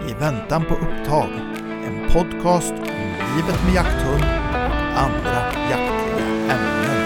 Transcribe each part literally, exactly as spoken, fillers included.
I väntan på upptag, en podcast om livet med jakthund och andra jaktliga ämnen.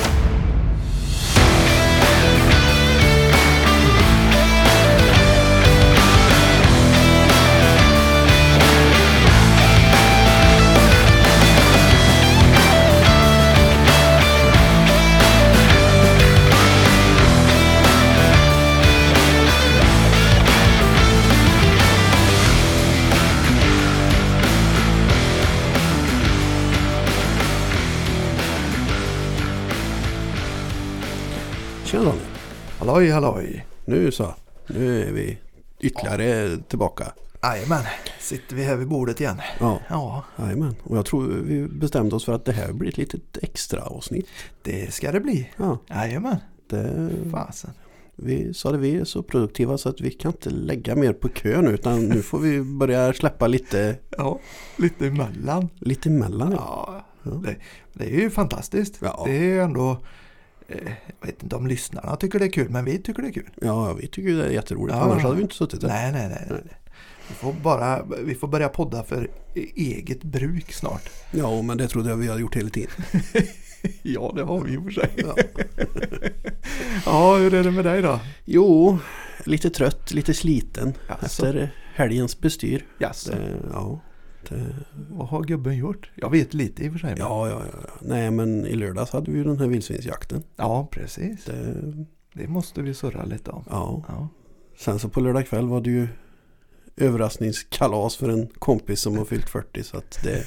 Tjena Daniel. Halloj, halloj. Nu så, nu är vi ytterligare ja. tillbaka. Jajamän, sitter vi här vid bordet igen. Ja, ja. Jajamän. Och jag tror vi bestämde oss för att det här blir ett litet extra avsnitt. Det ska det bli. Ja. Jajamän. Det... Fasen. Vi sa det, vi är så produktiva så att vi kan inte lägga mer på kön utan nu får vi börja släppa lite... Ja, lite emellan. Lite emellan, ja. ja. Det, det är ju fantastiskt. Ja. Det är ändå... Jag vet inte om lyssnarna tycker det är kul, men vi tycker det är kul. Ja, vi tycker det är jätteroligt. Ja. Annars hade vi inte suttit där. Nej, nej, nej. nej. Vi får bara, vi får börja podda för eget bruk snart. Ja, men det trodde jag vi hade gjort hela tiden. Ja, det har vi ju för sig. Ja. Ja, hur är det med dig då? Jo, lite trött, lite sliten. Jaså. Efter helgens bestyr. Jaså. Det, ja. Det... Vad har gubben gjort? Jag vet lite i och för sig. Ja, ja, ja. Nej, men i lördags hade vi ju den här vildsvinsjakten. Ja, precis. Det... det måste vi surra lite om. Ja. ja. Sen så på lördag kväll var det ju överraskningskalas för en kompis som har fyllt fyrtio. Så att det...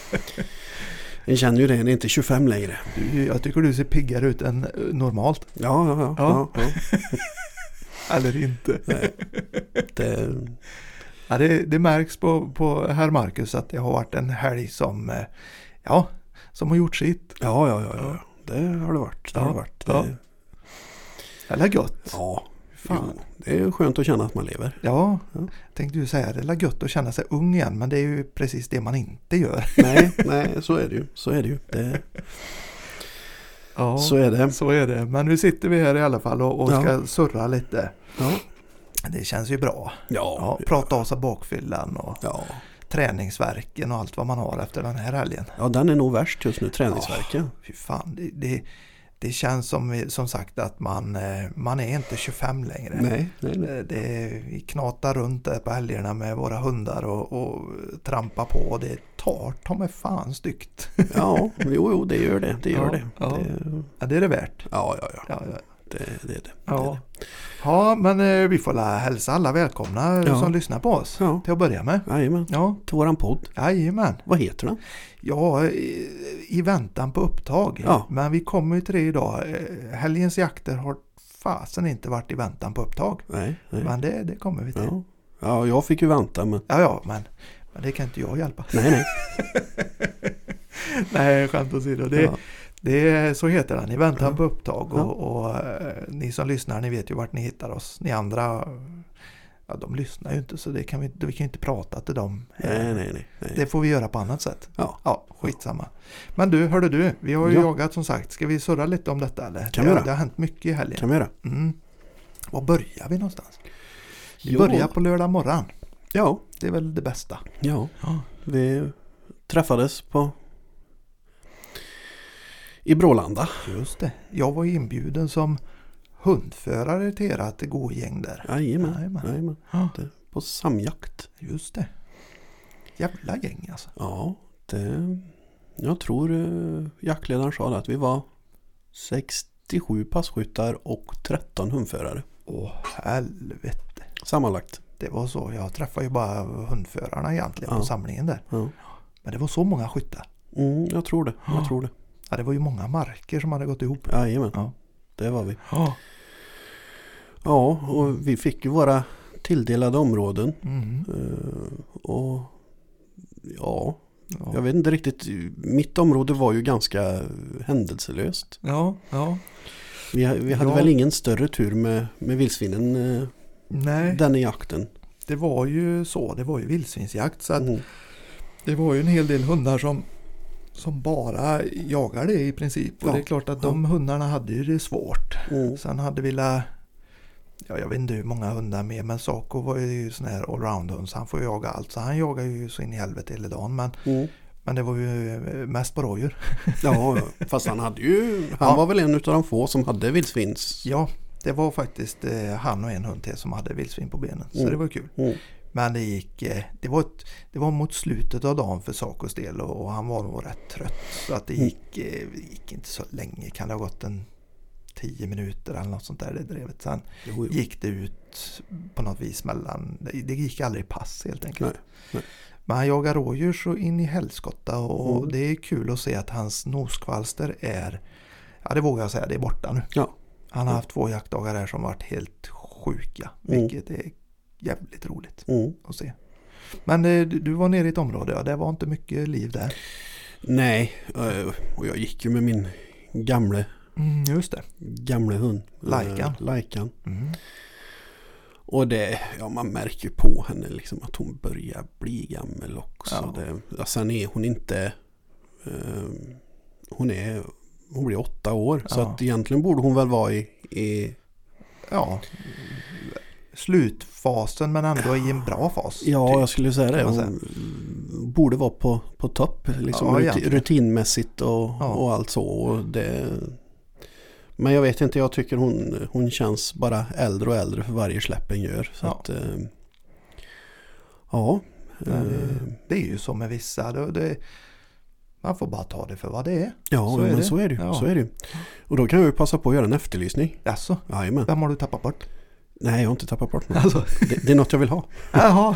En känner ju det, det är inte tjugofem längre. Du, jag tycker du ser piggare ut än normalt. Ja, ja, ja. ja. ja, ja. Eller inte. Nej. Det... Ja, det, det märks på, på herr Marcus att det har varit en helg som, ja, som har gjort sitt. Ja, ja, ja, ja. Det har det varit. Det ja, har det varit. Det... Ja. Eller gött. Ja, fan. Jo, det är skönt att känna att man lever. Ja, ja. Tänkte du säga det är gött att känna sig ung igen, men det är ju precis det man inte gör. Nej, nej, så är det ju. Så är det ju. Det... Ja, så är det. Så är det. Men nu sitter vi här i alla fall och, och ja. ska surra lite. Ja. Det känns ju bra. Ja, ja, prata av sig bakfyllan och ja. träningsverken och allt vad man har efter den här helgen. Ja, den är nog värst just nu, träningsverken. Ja, fy fan, det, det, det känns som, som sagt att man, man är inte tjugofem längre. Nej, nej, nej. Det, vi knatar runt där på helgerna med våra hundar och, och trampar på och det tar ta mig fan styggt. Ja, jo, jo, det gör det. Det gör ja, det. Ja. Det... ja, det är det värt. Ja, ja, ja. ja, ja. Det, det är det. Ja. det, är det. Ja, men eh, vi får la hälsa alla välkomna ja. som lyssnar på oss ja. till att börja med. Jajamän. Ja. Till våran podd. Jajamän. Vad heter den? Ja, i, i väntan på upptag. Ja. Men vi kommer ju till det idag. Helgens jakter har fasen inte varit i väntan på upptag. Nej, nej. Men det, det kommer vi till. Ja. ja, jag fick ju vänta. Men... Ja, ja, men, men det kan inte jag hjälpa. Nej, nej. Nej, skämt åsido. Det, ja. det är, så heter den, i väntan ja. på upptag. Och, ja. och, och ni som lyssnar, ni vet ju vart ni hittar oss. Ni andra, ja, de lyssnar ju inte så det kan vi, vi kan ju inte prata till dem. Nej, nej, nej, nej. Det får vi göra på annat sätt. Ja, ja skitsamma. Men du, hörde du, vi har ju ja. jagat som sagt. Ska vi surra lite om detta eller? Kan det, vi göra. Det har hänt mycket i helgen. Kan vi göra. Mm. Var börjar vi någonstans? Vi Jo. börjar på lördag morgon. Ja. Det är väl det bästa. Ja. Ja. Vi träffades på i Brålanda. Just det. Jag var inbjuden som hundförare till ert gågäng där. Jajamän. Jajamän. Jajamän. Ja. Det, på samjakt. Just det. Jävla gäng alltså. Ja, det... Jag tror uh, jaktledaren sa det att vi var sextiosju passkyttar och tretton hundförare. Åh helvete. Sammanlagt. Det var så. Jag träffade ju bara hundförarna egentligen ja. på samlingen där. Ja. Men det var så många skyttar. Mm, jag tror det. Jag tror det. Ja, det var ju många marker som hade gått ihop. Jajamän. Ja. Det var vi. Ja. Ja, och vi fick ju våra tilldelade områden. Mm. Uh, och ja, ja, jag vet inte riktigt. Mitt område var ju ganska händelselöst. Ja, ja. Vi, vi hade ja. väl ingen större tur med, med vildsvinen uh, Nej. den i jakten. Det var ju så, det var ju vildsvinsjakt så att Mm. det var ju en hel del hundar som som bara jagade i princip. Och ja. det är klart att de ja. hundarna hade ju det svårt. Mm. Sen hade vi la ja, jag vet inte hur många hundar med, men Saco var ju sån här allround-hund så han får jaga allt. Så han jagar ju så in i helvete hela dagen, men, mm. men det var ju mest på rådjur. Ja, fast han hade ju, han ja. var väl en av de få som hade vildsvins. Ja, det var faktiskt eh, han och en hund till som hade vildsvin på benen, så mm. det var kul. Mm. Men det gick, eh, det, var ett, det var mot slutet av dagen för Sacos del och, och han var nog rätt trött. Så att det gick, eh, gick inte så länge, kan det ha gått en tio minuter eller något sånt där det drevet. Sen jo, jo. gick det ut på något vis mellan, det, det gick aldrig pass helt enkelt. Nej, nej. Men han jagar rådjur så in i helskotta och mm. det är kul att se att hans noskvalster är, ja det vågar jag säga, det är borta nu. Ja. Han har haft två jaktdagar här som varit helt sjuka, vilket mm. är jävligt roligt mm. att se. Men du, du var nere i ett område, ja, det var inte mycket liv där. Nej, och jag gick ju med min gamle mm, just det. gamle hund. Laikan. Äh, Laikan. Mm. Och det, ja man märker ju på henne liksom att hon börjar bli gammal också. Ja. Det, ja, sen är hon inte uh, hon är hon blir åtta år ja. Så att egentligen borde hon väl vara i, i ja slutfasen men ändå i en bra fas. Ja, typ. Jag skulle säga det. Hon borde vara på, på topp liksom ja, rutin, rutinmässigt och, ja. och allt så. Och det, men jag vet inte, jag tycker hon, hon känns bara äldre och äldre för varje släppen gör. Så ja. Att, äh, ja. Det, det är ju som med vissa. Det, det, man får bara ta det för vad det är. Ja, så, är, men det. Så, är det. Ja. så är det. Och då kan jag ju passa på att göra en efterlysning. Jaså? Jajamän. Vem har du tappat bort? Nej, jag har inte tappat bort något. Alltså. Det, det är något jag vill ha. Jaha.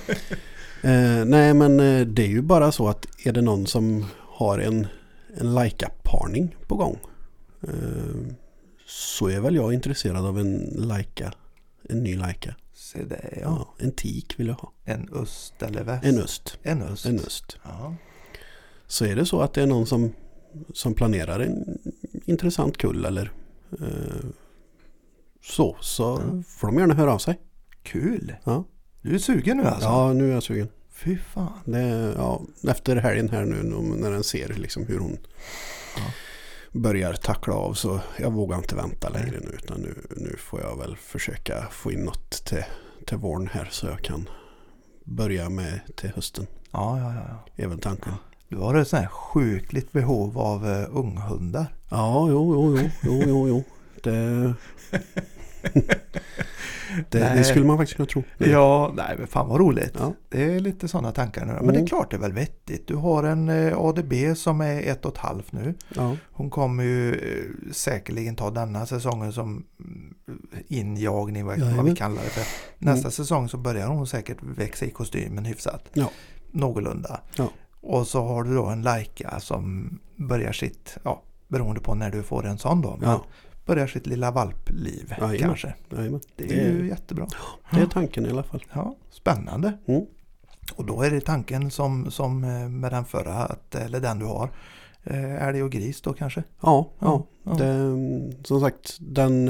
eh, nej, men det är ju bara så att är det någon som har en, en Laika-parning på gång eh, så är väl jag intresserad av en Laika, en ny Laika. Se det, ja. ja. En tik vill jag ha. En öst eller väst? En öst. En öst. En öst. Ja. Så är det så att det är någon som, som planerar en intressant kull eller eh, så, så ja. får de gärna höra av sig. Kul. Ja. Du är sugen nu alltså? Ja, nu är jag sugen. Fy fan. Det, ja, efter helgen här nu när den ser liksom hur hon ja. börjar tackla av så jag vågar inte vänta längre nu utan nu, nu får jag väl försöka få in något till, till våren här så jag kan börja med till hösten. Ja, ja, ja. Är väl tanken. Du har ett sånt här sjukligt behov av uh, unghundar. Ja, jo, jo, jo, jo, jo, jo. Det... det, det skulle man faktiskt kunna tro. Nej. Ja, nej men fan vad roligt. Ja. Det är lite sådana tankar nu. Men mm. det är klart det är väl vettigt. Du har en eh, A D B som är ett och ett halvt nu. Ja. Hon kommer ju eh, säkerligen ta denna säsongen som injagning, vad, vad vi kallar det för. Nästa mm. säsong så börjar hon säkert växa i kostymen hyfsat. Ja. Någorlunda. Ja. Och så har du då en Laika som börjar sitt, ja, beroende på när du får en sån då. Men ja. börjar sitt lilla valpliv Jajamän. kanske. Jajamän. Det är, det är ju jättebra. Det är tanken i alla fall. Ja, spännande. Mm. Och då är det tanken som, som med den förra, att, eller den du har. Älg och gris då kanske? Ja, ja. ja. Det, som sagt, den,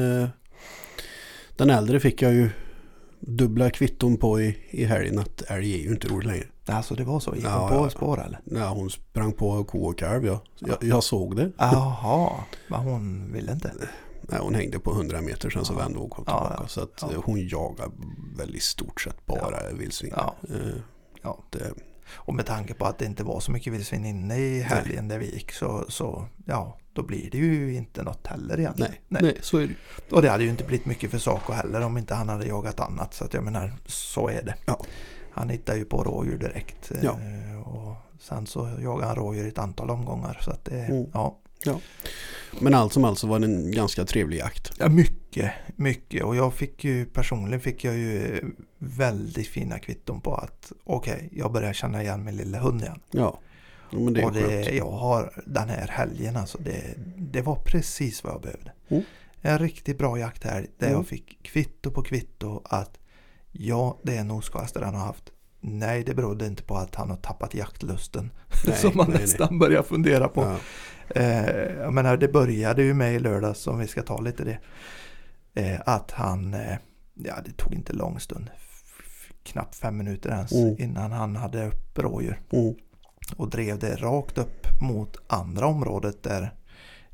den äldre fick jag ju dubbla kvitton på i, i helgen att älg är ju inte roligt längre. Alltså det var så? Gick ja, hon på ja, spår eller? Ja, hon sprang på ko och kalv. Ja. Jag, jag såg det. Jaha, men hon ville inte? Nej, hon hängde på hundra meter sen så ja. vände hon och kom tillbaka. Ja, ja. Så att ja. hon jagar väl i stort sett bara ja. vildsvin. Ja. Uh, ja. Det. Och med tanke på att det inte var så mycket vildsvin inne i helgen där vi gick så, så ja, då blir det ju inte något heller egentligen. Nej, nej. nej så är det. Och det hade ju inte blivit mycket för Saco heller om inte han hade jagat annat. Så att jag menar, så är det. Ja. Han hittar ju på rådjur direkt. Ja. Och sen så jagar han rådjur i ett antal omgångar. Så att det, mm. ja. ja. Men allt som allt så var det en ganska trevlig jakt. Ja, mycket, mycket. Och jag fick ju, personligen fick jag ju väldigt fina kvitton på att okej, okay, jag börjar känna igen min lilla hund igen. Ja, ja men det är och det, jag har den här helgen, alltså det, det var precis vad jag behövde. Mm. En riktigt bra jakt här där mm. jag fick kvitto på kvitto att ja, det är en noskvaster han har haft. Nej, det berodde inte på att han har tappat jaktlusten nej, som man nej, nästan nej. börjar fundera på. Ja. Eh, jag menar, det började ju med i lördags, om vi ska ta lite det, eh, att han, eh, ja det tog inte lång stund, f- knappt fem minuter ens mm. innan han hade upp rådjur mm. och drev det rakt upp mot andra området där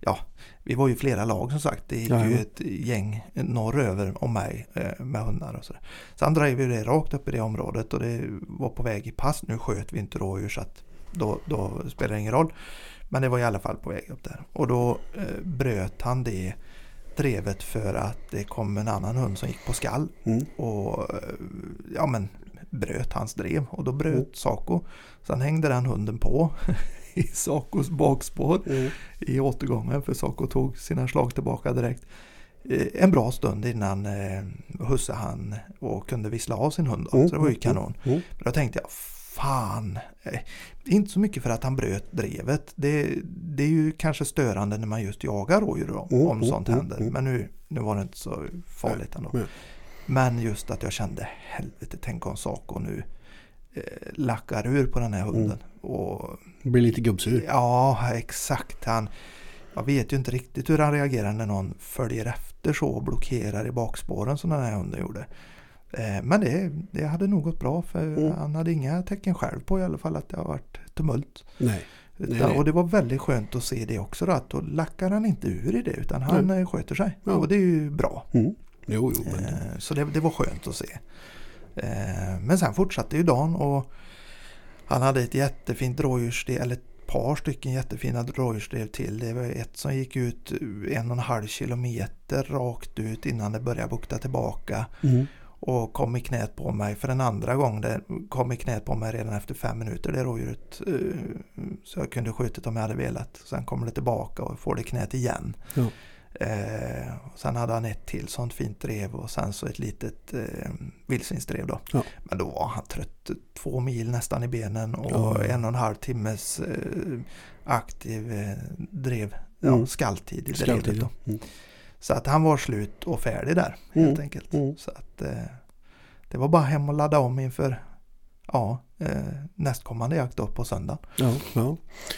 ja, vi var ju flera lag som sagt. Det gick ja, ju ja. ett gäng norröver om mig eh, med hundar och så. Sen drev vi det rakt upp i det området och det var på väg i pass. Nu sköt vi inte rådjur så att då, då spelar det ingen roll. Men det var i alla fall på väg upp där. Och då eh, bröt han det drevet för att det kom en annan hund som gick på skall. Mm. Och ja men bröt hans drev. Och då bröt mm. Saco. Sen hängde den hunden på i Sacos bakspår mm. i återgången. För Saco tog sina slag tillbaka direkt. Eh, en bra stund innan eh, husse han och kunde vissla av sin hund. Mm. Så det var ju kanon. Mm. Men då tänkte jag, fan, eh, inte så mycket för att han bröt drevet. Det, det är ju kanske störande när man just jagar rådjur om, mm, om sånt mm, händer. Mm. Men nu, nu var det inte så farligt ändå. Mm. Men just att jag kände, helvete, tänk om Saco nu eh, lackar ur på den här hunden. Mm. Och blir lite gubbsur. Ja, exakt. Han, jag vet ju inte riktigt hur han reagerar när någon följer efter så och blockerar i bakspåren som den här hunden gjorde. Men det, det hade nog gått bra för mm. han hade inga tecken själv på i alla fall att det har varit tumult. Nej. Utan, nej, nej. Och det var väldigt skönt att se det också då, att då lackar han inte ur i det utan han mm. sköter sig. Ja. Och det är ju bra. Mm. Jo, jo, men... Så det, det var skönt att se. Men sen fortsatte ju dagen och han hade ett jättefint rådjursdrev, eller ett par stycken jättefina rådjursdrev till. Det var ett som gick ut en och en halv kilometer rakt ut innan det började bukta tillbaka. Mm. Och kom i knät på mig för en andra gång. Det kom i knät på mig redan efter fem minuter det rådjuret. Så jag kunde skjutit om jag hade velat. Sen kommer det tillbaka och får det knät igen. Ja. Eh, sen hade han ett till sånt fint drev och sen så ett litet eh, vildsvinsdrev då. Ja. Men då var han trött, två mil nästan i benen och ja. en och en halv timmes eh, aktiv eh, drev, mm. ja, skalltid i skalltid, drevet då. Ja. Mm. Så att han var slut och färdig där helt mm. enkelt. Mm. Så att eh, det var bara hem och ladda om inför ja, eh, nästkommande jakt då på söndag. Ja, ja.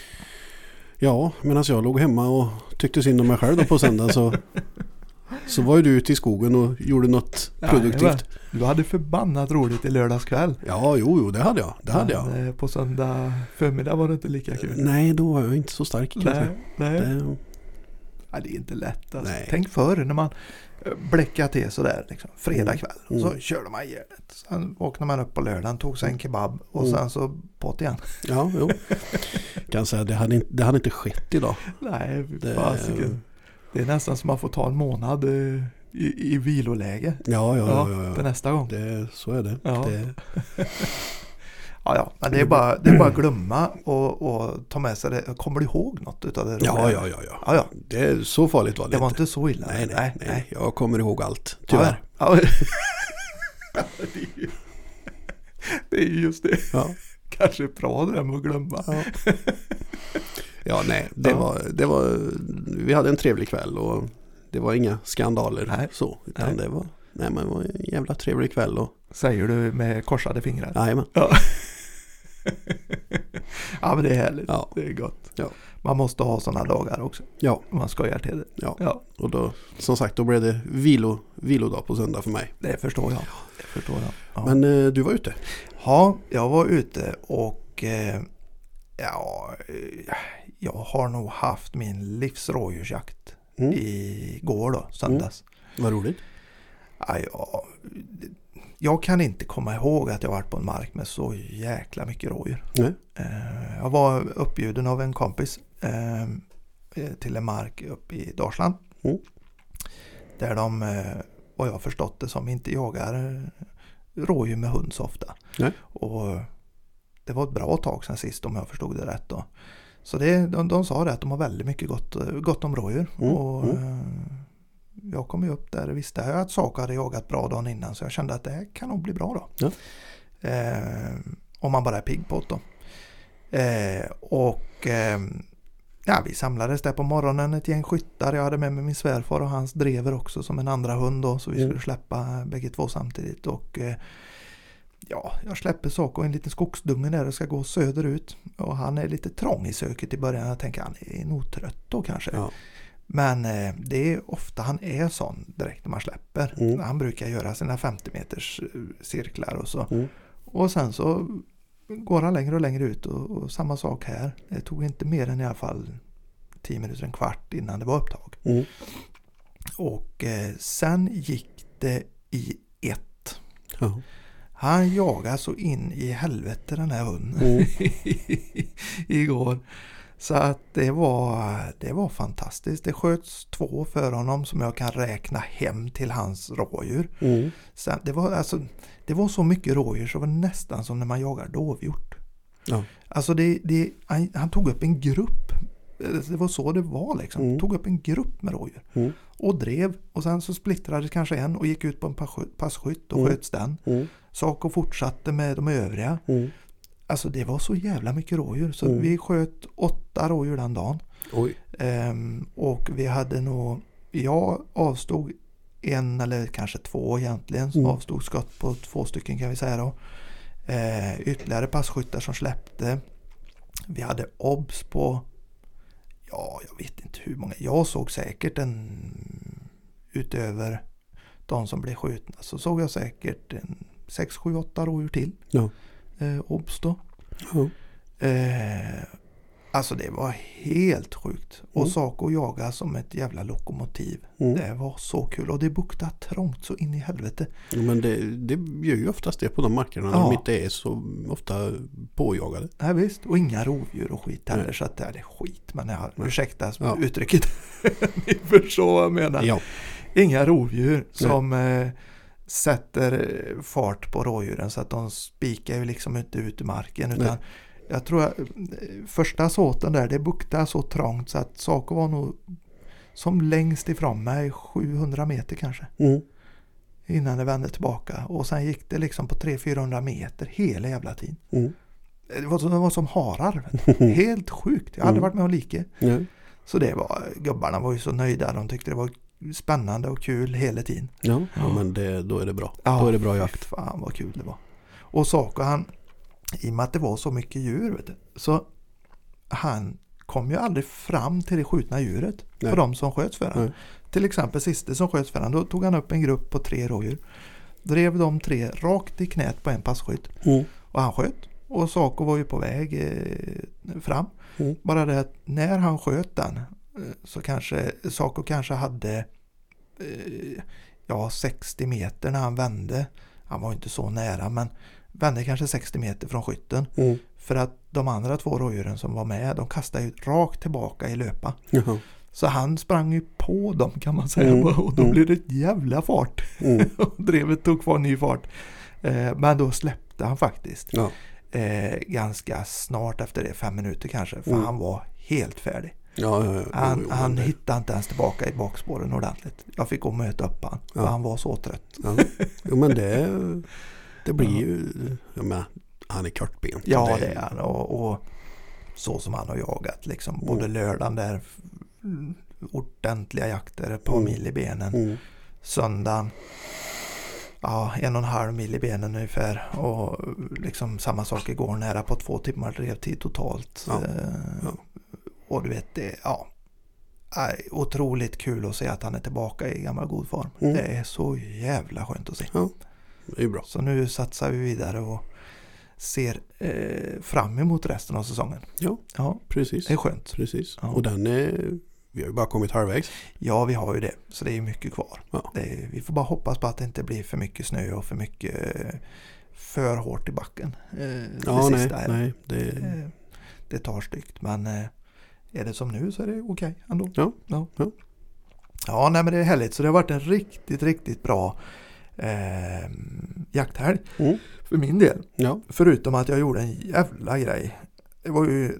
Ja, medan jag låg hemma och tyckte synd om mig själv då på söndag så, så var ju du ute i skogen och gjorde något ja, produktivt. Du hade förbannat roligt i lördagskväll. Ja, jo, jo det hade jag. Det hade Men, jag. På söndag förmiddag var det inte lika kul. Nej, då var jag inte så stark kanske. Nej, nej. Det... Ja, det är inte lätt. Alltså. Tänk förr när man bläckade till sådär liksom, fredag kväll. Och så mm. körde man järnet. Sen vaknade man upp på lördagen, tog sig en kebab och mm. sen så på igen. Ja, jo. Kan säga, det hade, inte, det hade inte skett idag. Nej, det, fasiken. Det är nästan som man får ta en månad i, i viloläge. Ja, ja, ja. ja, ja. Till nästa gång. Det, så är det. Ja. det... Ja, ja, men det är bara, det är bara att glömma och, och ta med sig det. Kommer du ihåg något utav det? Ja, ja, ja, ja. ja, ja. Det är så farligt var det Det var inte, inte så illa. Nej, nej, nej. nej. Jag kommer ihåg allt, tyvärr. Ja, ja. det, är ju, det är just det. Ja. Kanske bra det där med att glömma. Ja, ja nej, det, ja. Var, det var, vi hade en trevlig kväll och det var inga skandaler nej. så, utan nej. det var, nej, men det var en jävla trevlig kväll. Och... Säger du med korsade fingrar? Jajamän. Ja. Ja, men det är härligt. Ja. Det är gott. Ja. Man måste ha sådana dagar också. Ja. Man skojar till det. Ja. ja. Och då, som sagt, då blev det vilo, vilodag på söndag för mig. Det förstår jag. Det förstår jag. Ja. Men eh, du var ute? Ja, jag var ute och eh, ja, jag har nog haft min livsrådjursjakt mm. igår då, söndags. Mm. Vad roligt. Ja, ja, jag kan inte komma ihåg att jag varit på en mark med så jäkla mycket rådjur. Mm. Jag var uppbjuden av en kompis till en mark uppe i Dalsland. Mm. Där de, vad jag har förstått det som, inte jagar rådjur med hund så ofta. Mm. Och det var ett bra tag sedan sist om jag förstod det rätt då. Så det, de, de sa det att de har väldigt mycket gott, gott om rådjur. Mm. Och mm. jag kom ju upp där och visste jag att Saco hade jagat bra dagen innan, så jag kände att det här kan nog bli bra då. Ja. Eh, om man bara är pigg på det då. Eh, och eh, ja, vi samlades där på morgonen, ett gäng skyttar. Jag hade med mig min svärfar och hans drever också som en andra hund då, så vi skulle mm. släppa bägge två samtidigt. Och eh, ja, jag släpper Saco en liten skogsdunge där och ska gå söderut. Och han är lite trång i söket i början. Jag tänker han är nog trött då kanske. Ja. Men eh, det är ofta han är sån direkt när man släpper. Mm. Han brukar göra sina femtio meters cirklar och så. Mm. Och sen så går han längre och längre ut och, och samma sak här. Det tog inte mer än i alla fall tio minuter, en kvart innan det var upptag. Mm. Och eh, sen gick det i ett. Ja. Han jagade så in i helvete den här hunden Mm. igår. Så att det var, det var fantastiskt. Det sköts två för honom som jag kan räkna hem till hans rådjur. Mm. Sen, det, var, alltså, det var så mycket rådjur så det var nästan som när man jagar dovhjort. Ja. Alltså det, det, han, han tog upp en grupp. Det var så det var liksom. Mm. Tog upp en grupp med rådjur. Mm. Och drev. Och sen så splittrades kanske en och gick ut på en passkytt och Mm. sköts den. Mm. Sak och fortsatte med de övriga. Mm. Alltså det var så jävla mycket rådjur. Så Mm. vi sköt åtta rådjur den dagen. Oj. Ehm, och vi hade nog... Jag avstod en eller kanske två egentligen. Som Mm. avstod skott på två stycken kan vi säga då. Ehm, ytterligare passkyttar som släppte. Vi hade obs på... Ja, jag vet inte hur många. Jag såg säkert en... Utöver de som blev skjutna så såg jag säkert en sex, sju, åtta rådjur till. Ja. Eh, obs då. Ja. Eh, alltså det var helt sjukt. Och Mm. Saco jaga som ett jävla lokomotiv. Mm. Det var så kul. Och det buktade trångt så in i helvete. Ja, men det, det gör ju oftast det på de markerna när Ja. de inte är så ofta påjagade. Nej visst. Och inga rovdjur och skit heller. Nej. Så att det är skit. Men jag, Nej. ursäkta Ja. uttrycket. Ni förstår vad jag menar. Ja. Inga rovdjur som eh, sätter fart på rådjuren så att de spikar ju liksom inte ut i marken utan Nej. jag tror att första såten där det buktade så trångt så att Saco var nog som längst ifrån mig sjuhundra meter kanske Mm. innan det vände tillbaka och sen gick det liksom på tre till fyrahundra meter hela jävla tiden. Mm. Det var, det var som harar. Helt sjukt. Jag har aldrig varit med om like. Ja. Så det var, gubbarna var ju så nöjda. De tyckte det var spännande och kul hela tiden. Ja, ja, men det, då är det bra. Ja, då är det bra jakt. Fan vad kul det var. Och Saco han, i och med att det var så mycket djur vet du, så han kom ju aldrig fram till det skjutna djuret. Nej. På de som sköts för han. Nej. Till exempel sista som sköts för han, då tog han upp en grupp på tre rådjur. Drev de tre rakt i knät på en passkytt. Mm. Och han sköt. Och Saco var ju på väg eh, fram. Mm. Bara det att när han sköt den eh, så kanske Saco kanske hade eh, ja, sextio meter när han vände. Han var inte så nära men vände kanske sextio meter från skytten. Mm. För att de andra två rådjuren som var med, de kastade ju rakt tillbaka i löpa. Jaha. Så han sprang ju på dem kan man säga. Mm. Och då Mm. blev det ett jävla fart. Mm. Drevet tog kvar ny fart. Eh, men då släppte han faktiskt. Ja. Eh, ganska snart efter det, fem minuter kanske. För Mm. han var helt färdig. Ja, ja, ja. Han, Jo, jo, han det- hittade inte ens tillbaka i bakspåren ordentligt. Jag fick gå och möta upp han. För Ja. han var så trött. Ja. Jo, men det, det blir ju... Jag menar, han är kortbent. Ja, det är han. Och, och så som han har jagat. Liksom, Mm. både lördagen där mm, ordentliga jakter på Mm. mil i benen. Mm. Söndagen ja, en och en halv mil i benen ungefär. Och liksom samma sak igår, nära på två timmar drevtid totalt. Ja. Eh, Ja. Och du vet, det ja, är otroligt kul att se att han är tillbaka i gammal god form. Mm. Det är så jävla skönt att se. Ja, det är ju bra. Så nu satsar vi vidare och ser eh, fram emot resten av säsongen. Ja, Ja, precis. det är skönt. Precis. Ja. Och den är... Vi har ju bara kommit halvvägs. Ja, vi har ju det. Så det är mycket kvar. Ja. Det är, vi får bara hoppas på att det inte blir för mycket snö och för mycket eh, för hårt i backen. Eh, Ja, det nej, sista här. nej. Det, Eh, det tar styggt. Men eh, är det som nu så är det okej ändå. Ja. Ja. Ja. Ja, nej, men det är härligt. Så det har varit en riktigt, riktigt bra eh, jakthelg. Mm. För min del. ja. Förutom att jag gjorde en jävla grej. Det var ju...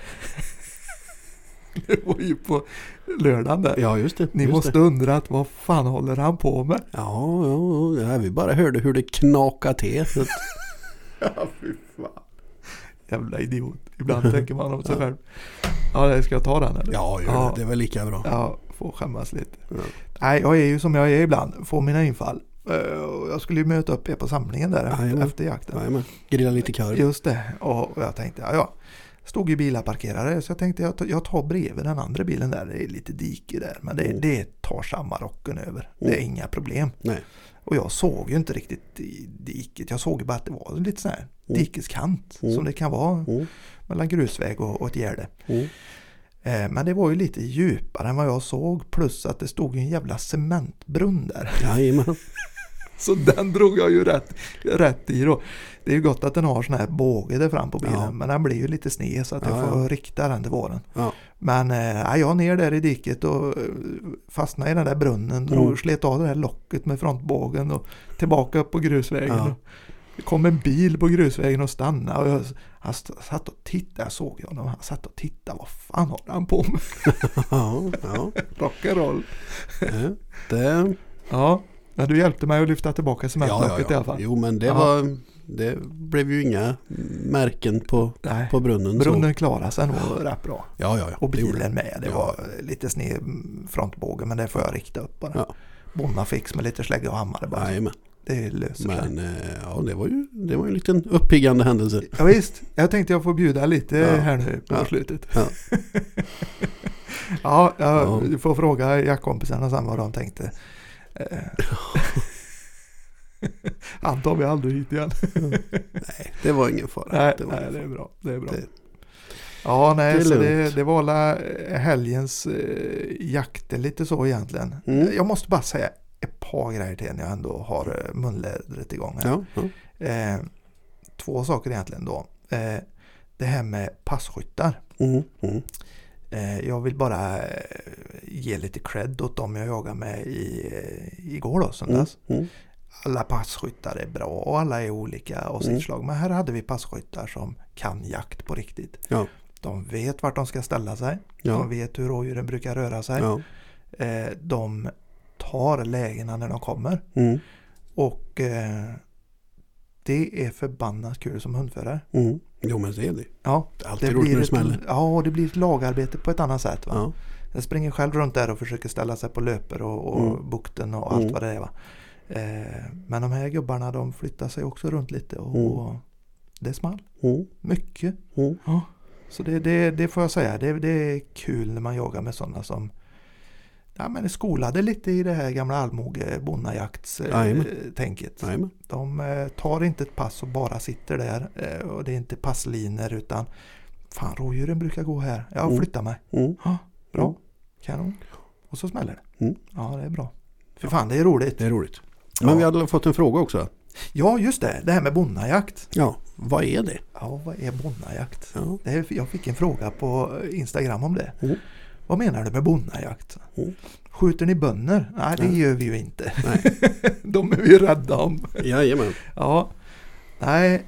Det var ju på lördagen där. ja, just det. Ni just måste det. undra att vad fan håller han på med? Ja, ja, ja, vi bara hörde hur det knakade till. Så att, Ja, fy fan. Jävla idiot. Ibland tänker man om sig själv. Ja, det ska jag ta den eller? ja, gör Ja. det. Det är väl lika bra. Ja, får skämmas lite. Ja. Nej, jag är ju som jag är ibland. Får mina infall. Eh, och Jag skulle ju möta upp er på samlingen där efter, Jajamän. efter jakten. Jajamän. Grilla lite korv. Just det. Och och jag tänkte, ja, ja. Stod ju bilar parkerade så jag tänkte jag tar, jag tar bredvid den andra bilen där. Det är lite dike där. Men det, Mm. det tar samma rocken över. Det är Mm. inga problem. Nej. Och jag såg ju inte riktigt i diket. Jag såg ju bara att det var lite sån här Mm. dikeskant. Mm. Som det kan vara Mm. mellan grusväg och, och ett gärde. Mm. Eh, men det var ju lite djupare än vad jag såg, plus att det stod en jävla cementbrunn där. Jajamän. Så den drog jag ju rätt, rätt i då. Det är ju gott att den har sån här båge där fram på bilen. Ja. Men den blir ju lite sned så att jag ja, får ja. rikta den till våren. Ja. Men äh, jag ner där i diket och fastnade i den där brunnen. Mm. Och slet av det här locket med frontbågen och tillbaka upp på grusvägen. Ja. Det kom en bil på grusvägen och stannade. Och jag, han satt och tittade, jag såg honom. Han satt och tittade, vad fan har han på med? ja, ja. Rock'n'roll. Ja, det... Ja. Ja, du hjälpte mig att lyfta tillbaka cementlocket ja, ja, ja. i alla fall. Jo, men det ja. var det blev ju inga märken på, Nej, på brunnen. Brunnen så. klarade sig nog ja. rätt bra. Ja, ja, ja. Och bilen med. Det ja. var lite sned frontbåge, men det får jag rikta upp bara. Ja. Bonna fix med lite slägga och hammare bara. Nej, men. Det löser Men sig. ja, det var ju det var ju en liten uppiggande händelse. Ja, visst. Jag tänkte jag får bjuda lite ja. här nu på ja. slutet. Ja, ja, jag ja. Du får fråga jaktkompisarna sen vad de tänkte. Antar vi aldrig hit igen. Nej, det var ingen fara. Nej, det, var nej, ingen det är bra. Det är bra. Det, ja, nej, det, så det, det var alla helgens eh, jakter lite så egentligen. Mm. Jag måste bara säga ett par grejer till när jag ändå har munlädret igång här. Ja, ja. Eh, två saker egentligen då. Eh, det här med passkyttar. Mm, mm. Jag vill bara ge lite cred åt dem jag jagar med i, igår då, söndags. Mm, mm. Alla passkyttar är bra och alla är olika och sitt slag. Mm. Men här hade vi passkyttar som kan jakt på riktigt. Ja. De vet vart de ska ställa sig. Ja. De vet hur rådjuren brukar röra sig. Ja. De tar lägena när de kommer. Mm. Och det är förbannat kul som hundförare. Mm. Jo, men det är det. Ja, det är alltid det roligt när det smäller. Ja, det blir ett lagarbete på ett annat sätt. Va? Ja. Jag springer själv runt där och försöker ställa sig på löper och, och mm. bukten och allt mm. vad det är. Va? Eh, men de här gubbarna, de flyttar sig också runt lite och, mm. och det är small. Mm. Mycket. Mm. Ja. Så det, det, det får jag säga, det, det är kul när man jagar med sådana som ja, men skolade lite i det här gamla allmoge bonnajaktstänket. Eh, de eh, tar inte ett pass och bara sitter där eh, och det är inte passliner utan fan, rådjuren brukar gå här. Jag mm. flyttar mig. Mm. Ja, bra. Mm. Kanon. Och så smäller det. Mm. Ja, det är bra. För fan, det är roligt. Det är roligt. Men ja. vi hade fått en fråga också. Ja, just det. Det här med bonnajakt. Ja, vad är det? Ja, vad är bonnajakt? Ja. Det är, jag fick en fråga på Instagram om det. Mm. Vad menar du med bonnajakt? Mm. Skjuter ni bönder? Nej, det Nej. gör vi ju inte. Nej. De är vi rädda om. Jajamän. Ja. Nej,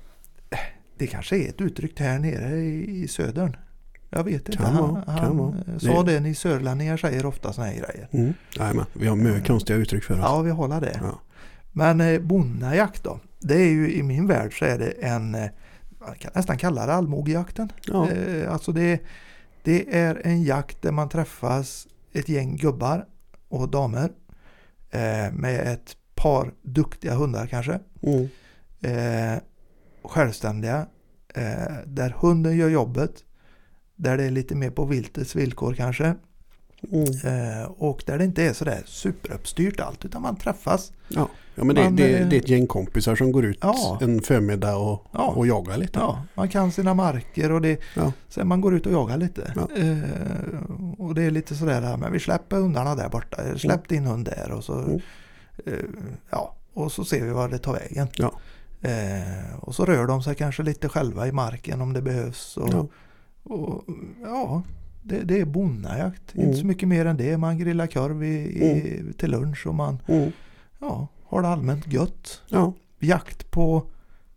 det kanske är ett uttryck här nere i, i södern. Jag vet inte. Kan han vara, han kan vara. sa det, ni sörlänningar säger ofta såna här grejer. Mm. Jajamän, vi har mycket konstiga uttryck för oss. Ja, vi håller det. Ja. Men eh, bonnajakt då, det är ju i min värld så är det en, man kan nästan kalla det allmogejakten. Ja. Eh, alltså det, det är en jakt där man träffas ett gäng gubbar och damer eh, med ett par duktiga hundar kanske. Mm. Eh, självständiga. Eh, där hunden gör jobbet. Där det är lite mer på viltets villkor kanske. Mm. Eh, och där det inte är sådär superuppstyrt allt utan man träffas. Ja, ja men man, det, det, det är ett gäng kompisar som går ut ja. en förmiddag och, ja. och jagar lite. Ja, man kan sina marker och det, ja. sen man går ut och jagar lite. Ja. Eh, och det är lite sådär, men vi släpper hundarna där borta. Släpp din hund där och så mm. eh, ja, och så ser vi vad det tar vägen. Ja. Eh, och så rör de sig kanske lite själva i marken om det behövs. Och, ja. och ja, det, det är bonnajakt. Mm. Inte så mycket mer än det. Man grillar korv i, i, mm. till lunch och man mm. ja, har det allmänt gött. Ja. Jakt på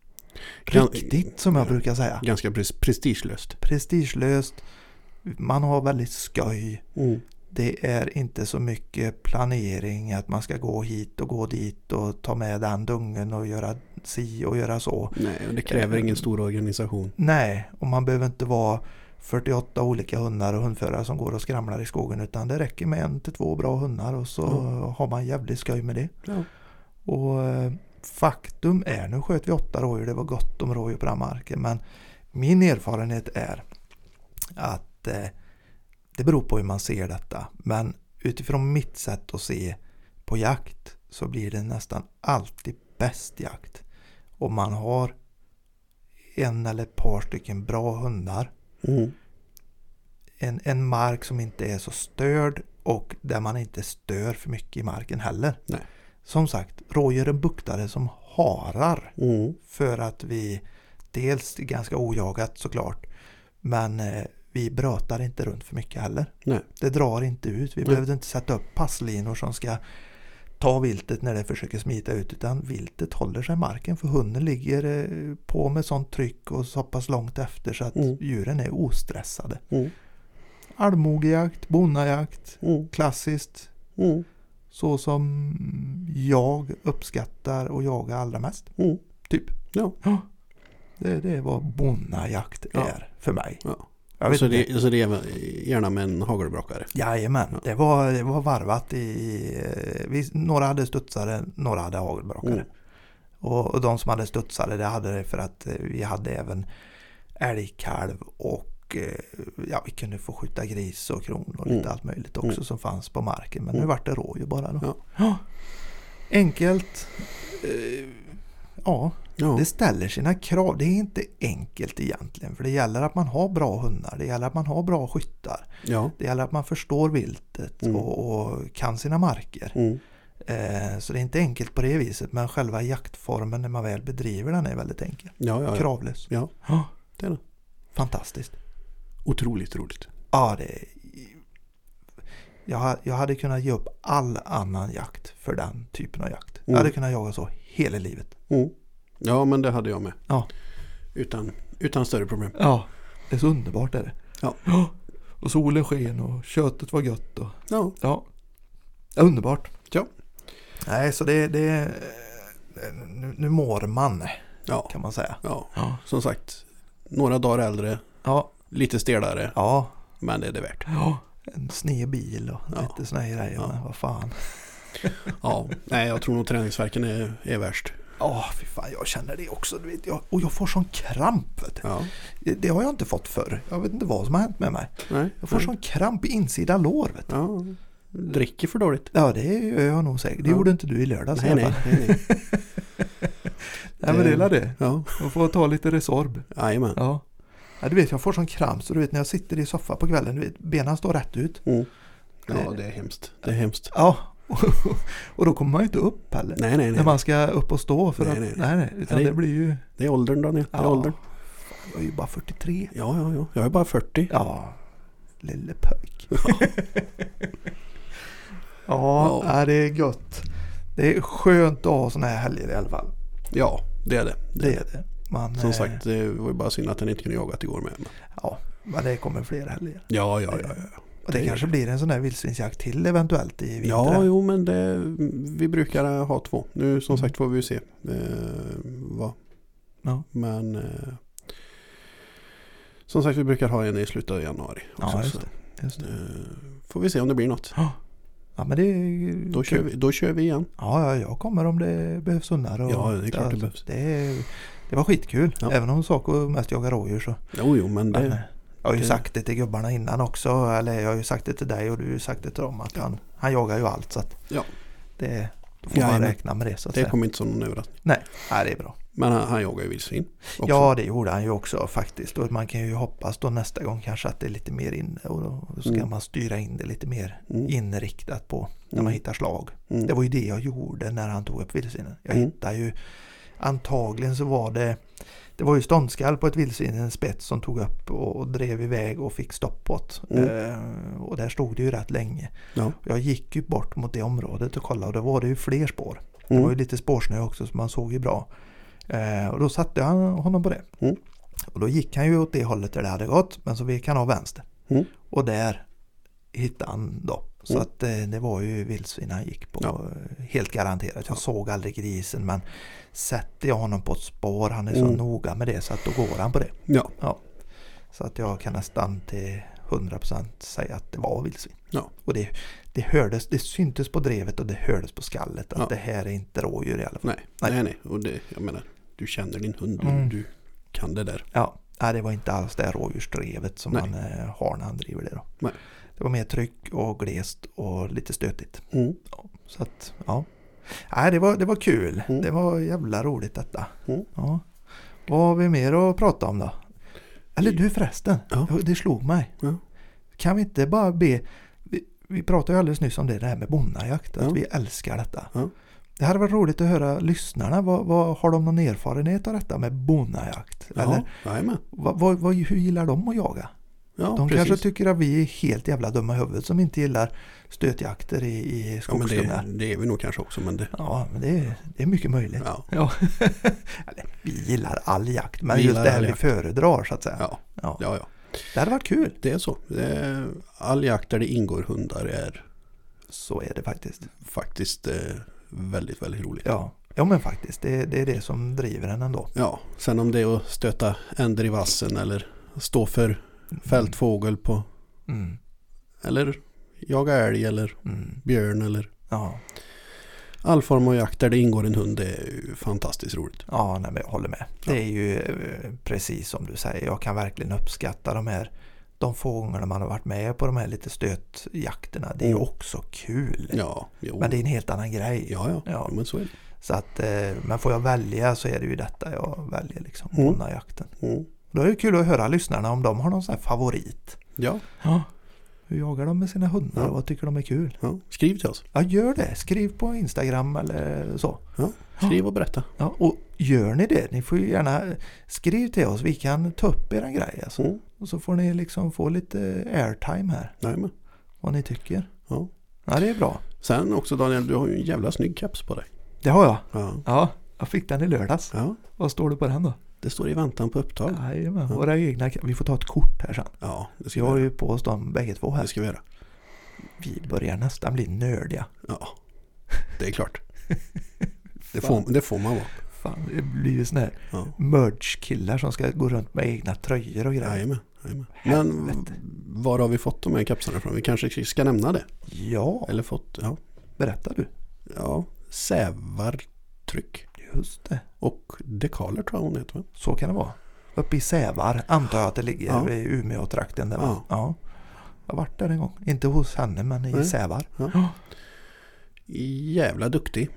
riktigt som jag brukar säga. Ganska prestigelöst. Prestigelöst. Man har väldigt skoj. Mm. Det är inte så mycket planering att man ska gå hit och gå dit och ta med den dungen och göra si och göra så. Nej, och det kräver eh, ingen stor organisation. Nej, och man behöver inte vara fyrtioåtta olika hundar och hundförare som går och skramlar i skogen utan det räcker med en till två bra hundar och så mm. har man jävligt skoj med det. Ja. Och eh, faktum är, nu sköt vi åtta rådjur, det var gott om rådjur på den marken, men min erfarenhet är att eh, det beror på hur man ser detta, men utifrån mitt sätt att se på jakt så blir det nästan alltid bäst jakt om man har en eller ett par stycken bra hundar. Mm. en, en mark som inte är så störd och där man inte stör för mycket i marken heller. Nej. Som sagt, rådjuren buktade som harar mm. för att vi dels är ganska ojagat såklart, men eh, vi brötar inte runt för mycket heller. Nej. Det drar inte ut. Vi Nej. behövde inte sätta upp passlinor som ska ta viltet när det försöker smita ut, utan viltet håller sig i marken för hunden ligger eh, på med sånt tryck och så pass långt efter så att mm. djuren är ostressade. Mm. Allmogejakt, bonnajakt, mm. klassiskt. Mm. Så som jag uppskattar och jagar allra mest. Mm. Typ. Ja. Det, det är vad bonnajakt ja. är för mig. Ja. Jag vet så, inte. det, så det är gärna med en hagelbrakare? Jajamän, ja. det, var, det var varvat i... Vi, några hade studsare, några hade hagelbrakare. Mm. Och, och de som hade studsare, det hade det för att vi hade även älgkalv och ja, vi kunde få skjuta gris och kron och lite mm. allt möjligt också mm. som fanns på marken. Men mm. nu vart det rådjur bara då. Ja. Ja. Enkelt. Eh, ja, ja, det ställer sina krav. Det är inte enkelt egentligen. För det gäller att man har bra hundar. Det gäller att man har bra skyttar. Ja. Det gäller att man förstår viltet mm. och, och kan sina marker. Mm. Eh, så det är inte enkelt på det viset. Men själva jaktformen när man väl bedriver den är väldigt enkel. Ja, ja, ja. Kravlös. Ja, ja. det är det. Fantastiskt. Otroligt roligt. Ja, det jag, jag hade kunnat ge upp all annan jakt för den typen av jakt. Mm. Jag hade kunnat jaga så hela livet. Mm. Ja, men det hade jag med. Ja. Utan, utan större problem. Ja, det är så underbart är det. Ja. Ja. Och solen sken och köttet var gött. Och, ja. Ja. Underbart. Ja. Nej, så det, det nu, nu mår man, ja. kan man säga. Ja. Ja, som sagt, några dagar äldre. Ja. Lite stelare. Ja. Men det är det värt. Ja. En sned bil och ja. lite såna här grejer. Ja. Men vad fan. Ja, nej, jag tror nog träningsverken är, är värst. Ja, fy fan, jag känner det också. Du vet, jag, och jag får sån kramp. Vet du. Ja. Det, det har jag inte fått förr. Jag vet inte vad som har hänt med mig. Nej, jag får nej. sån kramp i insida lår. Vet du. Ja, dricker för dåligt. Ja, det gör jag nog säkert. Det ja. gjorde inte du i lördags. Nej, nej, nej, nej. Nej, men det är det. Ja. Man får ta lite Resorb. Jajamän. Ja. Ja, du vet, jag får sån kramp så du vet när jag sitter i soffan på kvällen, du vet, benen står rätt ut. Mm. Ja, det, det är hemskt. Det är hemskt. Ja. Och då kommer man ju inte upp heller. Nej, nej, nej. När man ska upp och stå för nej, att nej, nej, nej, utan det, det blir ju det är åldern, Daniel. Det är ja. åldern. Jag är ju bara fyrtiotre. Ja, ja, ja. Jag är bara fyrtio. Ja. Lille pöjk. Ja. ja, ja, det är gott. Det är skönt att ha såna här helger i alla fall. Ja, det är det. Det, det är det. Man, som sagt, det var ju bara synd att den inte kunde jagat igår med. Men. Ja, men det kommer fler helger. Ja, ja, ja. ja. Och det, det kanske blir en sån här vildsvinsjakt till eventuellt i vinter. Ja, jo, men det, vi brukar ha två. Nu som sagt får vi se eh, vad. Ja. Men eh, som sagt, vi brukar ha en i slutet av januari. Också, ja, just det. Just det. Så, eh, får vi se om det blir något. Ja, ja men det då kör, vi, då kör vi igen. Ja, ja, jag kommer om det behövs hundar. Och ja, det är klart det, det behövs. Det, det var skitkul. Ja. Även om Saco mest jagar rådjur så. Jo, jo, men det... Men, jag har ju det... sagt det till gubbarna innan också. Eller jag har ju sagt det till dig och du har ju sagt det till dem. Att han, han jagar ju allt. Så att ja. det, då får ja, man men, räkna med det. Så att det säga. kommer inte som någon överraskning. Nej, nej, det är bra. Men han, han jagar ju vildsvin också. Ja, det gjorde han ju också faktiskt. Och man kan ju hoppas då nästa gång kanske att det är lite mer inne. Och då, då ska mm. man styra in det lite mer mm. inriktat på när mm. man hittar slag. Mm. Det var ju det jag gjorde när han tog upp vildsvinen. Jag mm. hittade ju, antagligen så var det, det var ju ståndskall på ett vildsvin, en spets som tog upp och, och drev iväg och fick stopp på det. Mm. Uh, och där stod det ju rätt länge. Ja. Jag gick ju bort mot det området och kollade och då var det ju fler spår. Mm. Det var ju lite spårsnö också så man såg ju bra. Uh, och då satte han honom på det. Mm. Och då gick han ju åt det hållet där det hade gått, men så vek han av vänster. Mm. Och där hittade han då. Så mm. att det, det var ju vildsvin han gick på. Ja. Helt garanterat. Jag ja. såg aldrig grisen, men sätter jag honom på ett spår, han är så mm. noga med det så att då går han på det. Ja. Ja. Så att jag kan nästan till hundra procent säga att det var vildsvin. Ja. Och det, det hördes, det syntes på drevet och det hördes på skallet att ja. det här är inte rådjur i alla fall. Nej, nej, nej. nej. Och det, jag menar, du känner din hund, mm. du kan det där. Ja, nej, det var inte alls det rådjursdrevet som nej. man eh, har när han driver det då. Nej. Det var mer tryck och glest och lite stötigt. Mm. Ja, så att, ja. Nej, det var, det var kul. Mm. Det var jävla roligt detta. Mm. Ja. Vad har vi mer att prata om då? Eller du förresten, ja. det slog mig. Ja. kan vi inte bara be, vi, vi pratade ju alldeles nyss om det, det här med bonnajakt, att ja. vi älskar detta. Ja. Det hade varit roligt att höra lyssnarna, vad, vad, har de någon erfarenhet av detta med bonnajakt? Ja, eller vad, vad, vad, hur gillar de att jaga? Ja, de precis. kanske tycker att vi är helt jävla dumma i huvudet som inte gillar stötjakter i, i skogsdungar. Ja, det, det är vi nog kanske också. Men det... Ja, men det är, det är mycket möjligt. Ja. Ja. Eller, vi gillar all jakt, men vi just det här vi jakt. föredrar så att säga. Ja. Ja. Ja, ja. Det hade varit kul. Det är så. Det är, all jakt där det ingår hundar är så är det faktiskt. Faktiskt eh, väldigt, väldigt roligt. Ja. Ja, men faktiskt. Det, det är det som driver en ändå. Ja, sen om det är att stöta änder i vassen eller stå för fältfågel på mm. eller jaga älg eller mm. björn eller ja. all form av jakt där det ingår en hund, det är ju fantastiskt roligt. Ja, nej, men jag håller med. Ja. Det är ju eh, precis som du säger. Jag kan verkligen uppskatta de här de få gångerna man har varit med på de här lite stötjakterna. Det är ju mm. också kul. Ja, jo. Men det är en helt annan grej. Ja, ja. ja. Men så är det. Så att, eh, men får jag välja så är det ju detta jag väljer liksom, mm. bonnajakten. Mm. Då är det kul att höra lyssnarna om de har någon sån här favorit. Ja. Ja. Hur jagar de med sina hundar? Ja. Vad tycker de är kul? Ja. Skriv till oss. Ja, gör det. Skriv på Instagram eller så. Ja. Skriv och berätta. Ja, och gör ni det, ni får ju gärna skriv till oss. Vi kan ta upp era grejer. Alltså. Mm. Och så får ni liksom få lite airtime här. Jajamän. Vad ni tycker. Ja. Ja, det är bra. Sen också Daniel, du har ju en jävla snygg keps på dig. Det har jag. Ja. Ja, jag fick den i lördags. Ja. Vad står det på den då? Det står i väntan på upptag. Jajamän, Ja. våra egna. Vi får ta ett kort här sen. Ja, det ska Vi vi har göra. ju på oss dem bägge två här. Det ska vi göra. Vi börjar nästan bli nördiga. Ja, det är klart. Det får, det får man vara. Fan, det blir ju såna här Ja. merch-killar som ska gå runt med egna tröjor och grejer. Jajamän, jajamän. Men var har vi fått de här kapsarna ifrån? Vi kanske ska nämna det. Ja, Eller fått, ja. berättar du. Ja, Sävartryck. Just det. Och dekaler tror jag hon heter, va? Så kan det vara. Uppe i Sävar antar jag att det ligger Ja. i Umeå-trakten där, va? Ja. Ja. Jag har varit där en gång. Inte hos henne, men i Nej. Sävar. Ja. Jävla duktig.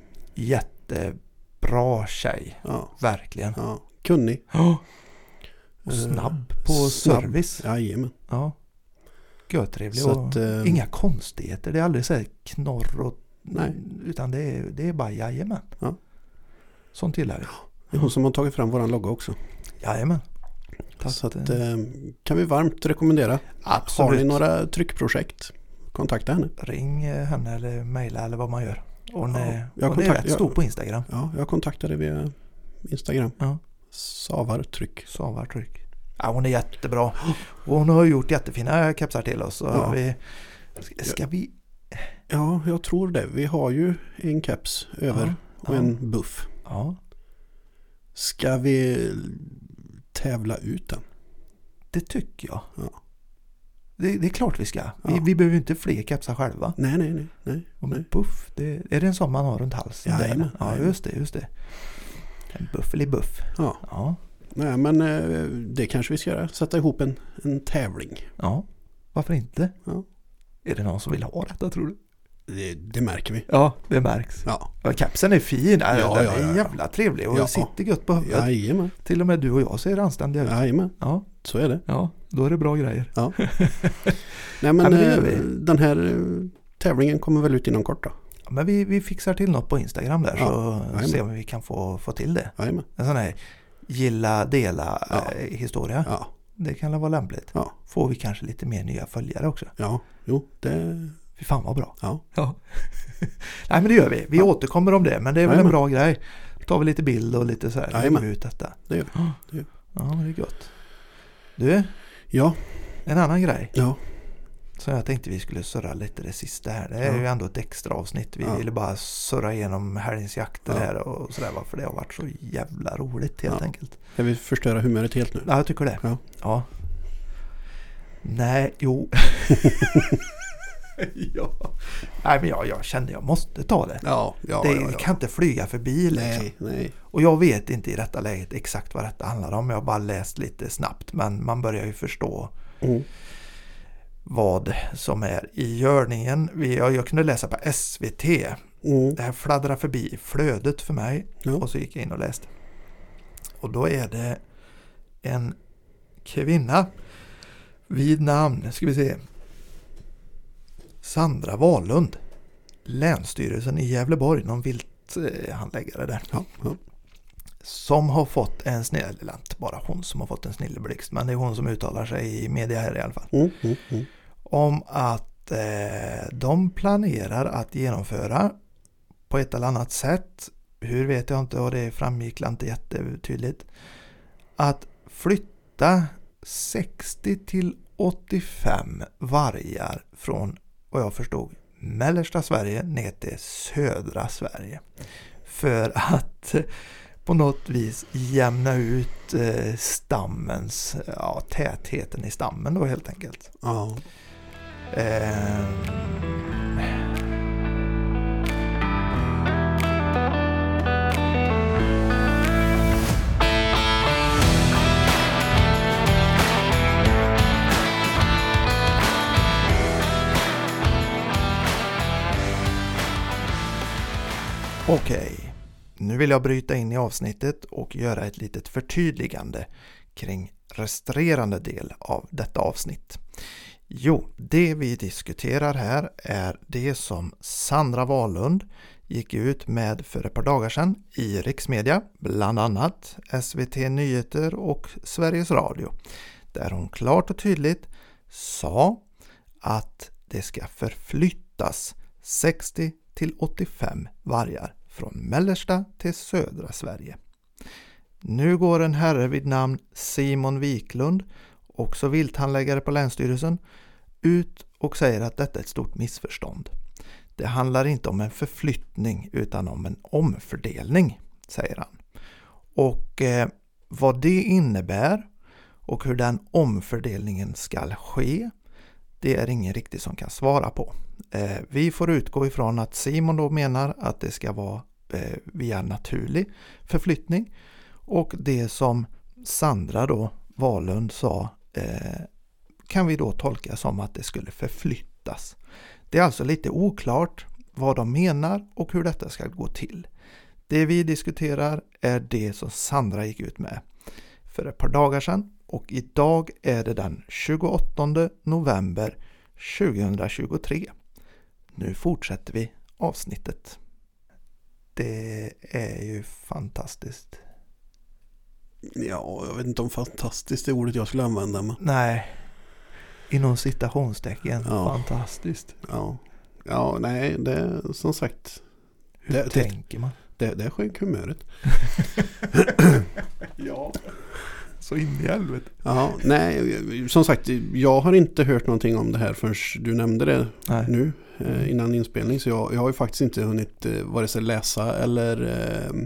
Jättebra tjej. Ja. Verkligen. Ja. Kunnig. Ja. Och snabb på Eh, snabb. service. Jajamän. Ja. Görtrevlig. Så Och att, eh, inga konstigheter. Det är aldrig så här knorr och Nej. utan det är, det är bara jajamän. Ja. Sånt gillar vi. Det är hon som har tagit fram våran logga också. Jajamän. Så att, eh, kan vi varmt rekommendera. Absolut. Har ni några tryckprojekt, kontakta henne. Ring henne eller mejla eller vad man gör. Och hon Ja, är, jag hon är kontakt- rätt stor jag- på Instagram. Ja, jag kontaktade via Instagram. Ja. Savartryck. Savartryck. Ja, hon är jättebra. Och hon har gjort jättefina kepsar till oss. Så Ja. vi, ska, ska vi... Ja, jag tror det. Vi har ju en keps över Ja, och ja. en buff. Ja, Ska vi tävla ut den? det tycker jag. Ja. Det, det är klart vi ska. Vi, Ja. vi behöver ju inte fler kepsar själva. Nej, nej, nej. nej, Och nej. buff, det, är det en sån man har runt halsen? Jajamän, där? Ja, jajamän. just det, just det. En buff eller buff. Ja. Ja, Nej, men eh, det kanske vi ska göra. Sätta ihop en, en tävling. ja. Varför inte? Ja. Är det någon som vill ha detta, tror du? Det, det märker vi. Ja, det märks. Ja. Ja, kapsen är fin. Ja, Ja, den ja, är ja, ja. jävla trevlig och Ja. sitter gött på huvudet. Jajamän. Till och med du och jag ser anständiga ut. Jajamän. Ja, Så är det. ja, då är det bra grejer. Ja. Nej, men, Ja, men det gör eh, vi. den här eh, tävlingen kommer väl ut inom kort då? Ja, men vi, vi fixar till något på Instagram där Ja, så jajamän. ser vi om vi kan få, få till det. Jajamän. En sån här gilla, dela Ja. eh, historia. Ja. Det kan vara lämpligt. Ja. Får vi kanske lite mer nya följare också. Ja. Jo, det... Fy fan vad bra. Ja. Ja. Nej, men det gör vi. Vi Ja. återkommer om det. Men det är väl Jajamän. en bra grej. Då tar vi lite bild och lite så här. Jajamän. Lägger vi ut detta. Det gör vi. Det gör Ja, men det är gott. Du, Ja. en annan grej. Ja. Så jag tänkte vi skulle surra lite det sista här. Det är Ja. ju ändå ett extra avsnitt. Vi Ja. ville bara surra igenom helgens jakter Ja. här och sådär. För det har varit så jävla roligt helt Ja. enkelt. Ska vi förstöra humöret helt nu? Ja, jag tycker det. Ja. Ja. Nej, jo. ja. Nej, men jag, jag kände jag måste ta det. Ja. Ja, det ja, ja. kan inte flyga förbi liksom. Nej, nej. Och jag vet inte i detta läget exakt vad detta handlar om. Jag har bara läst lite snabbt. Men man börjar ju förstå Mm. vad som är i görningen. Vi, jag, jag kunde läsa på S V T. Mm. Det här fladdrar förbi flödet för mig. Ja. Och så gick jag in och läste. Och då är det en kvinna vid namn, ska vi se, Sandra Wahlund, Länsstyrelsen i Gävleborg, någon vilthandläggare där. Ja, ja. Som har fått en snille, eller inte bara hon som har fått en snilleblixt, men det är hon som uttalar sig i media här i alla fall. Mm, mm, mm. Om att eh, de planerar att genomföra på ett eller annat sätt, hur vet jag inte, och det framgick inte jättetydligt, att flytta sextio till åttiofem vargar från, vad jag förstod, mellersta Sverige ner till södra Sverige. För att på något vis jämna ut eh, stammens, ja, tätheten i stammen då helt enkelt. Ja. Eh, Okej, nu vill jag bryta in i avsnittet och göra ett litet förtydligande kring resterande del av detta avsnitt. Jo, det vi diskuterar här är det som Sandra Wahlund gick ut med för ett par dagar sedan i riksmedia, bland annat S V T Nyheter och Sveriges Radio, där hon klart och tydligt sa att det ska förflyttas sextio till åttiofem vargar från mellersta till södra Sverige. Nu går en herre vid namn Simon Wiklund, också vilthandläggare på Länsstyrelsen, ut och säger att detta är ett stort missförstånd. Det handlar inte om en förflyttning utan om en omfördelning, säger han. Och eh, vad det innebär och hur den omfördelningen ska ske, det är ingen riktigt som kan svara på. Eh, vi får utgå ifrån att Simon då menar att det ska vara eh, via naturlig förflyttning, och det som Sandra då Wahlund sa eh, kan vi då tolka som att det skulle förflyttas. Det är alltså lite oklart vad de menar och hur detta ska gå till. Det vi diskuterar är det som Sandra gick ut med för ett par dagar sedan, och idag är det den tjugoåttonde november tjugohundratjugotre. Nu fortsätter vi avsnittet. Det är ju fantastiskt. Ja, jag vet inte om fantastiskt är ordet jag skulle använda. Men... Nej, inom citationstecken, ja. Fantastiskt. Ja, ja, nej, det är som sagt... Hur det, tänker man? Det, det är skänk humöret. Ja, så in i helvete. Ja, nej, som sagt, jag har inte hört någonting om det här förrän du nämnde det nej. nu eh, innan inspelning. Så jag, jag har ju faktiskt inte hunnit eh, vare sig läsa eller eh,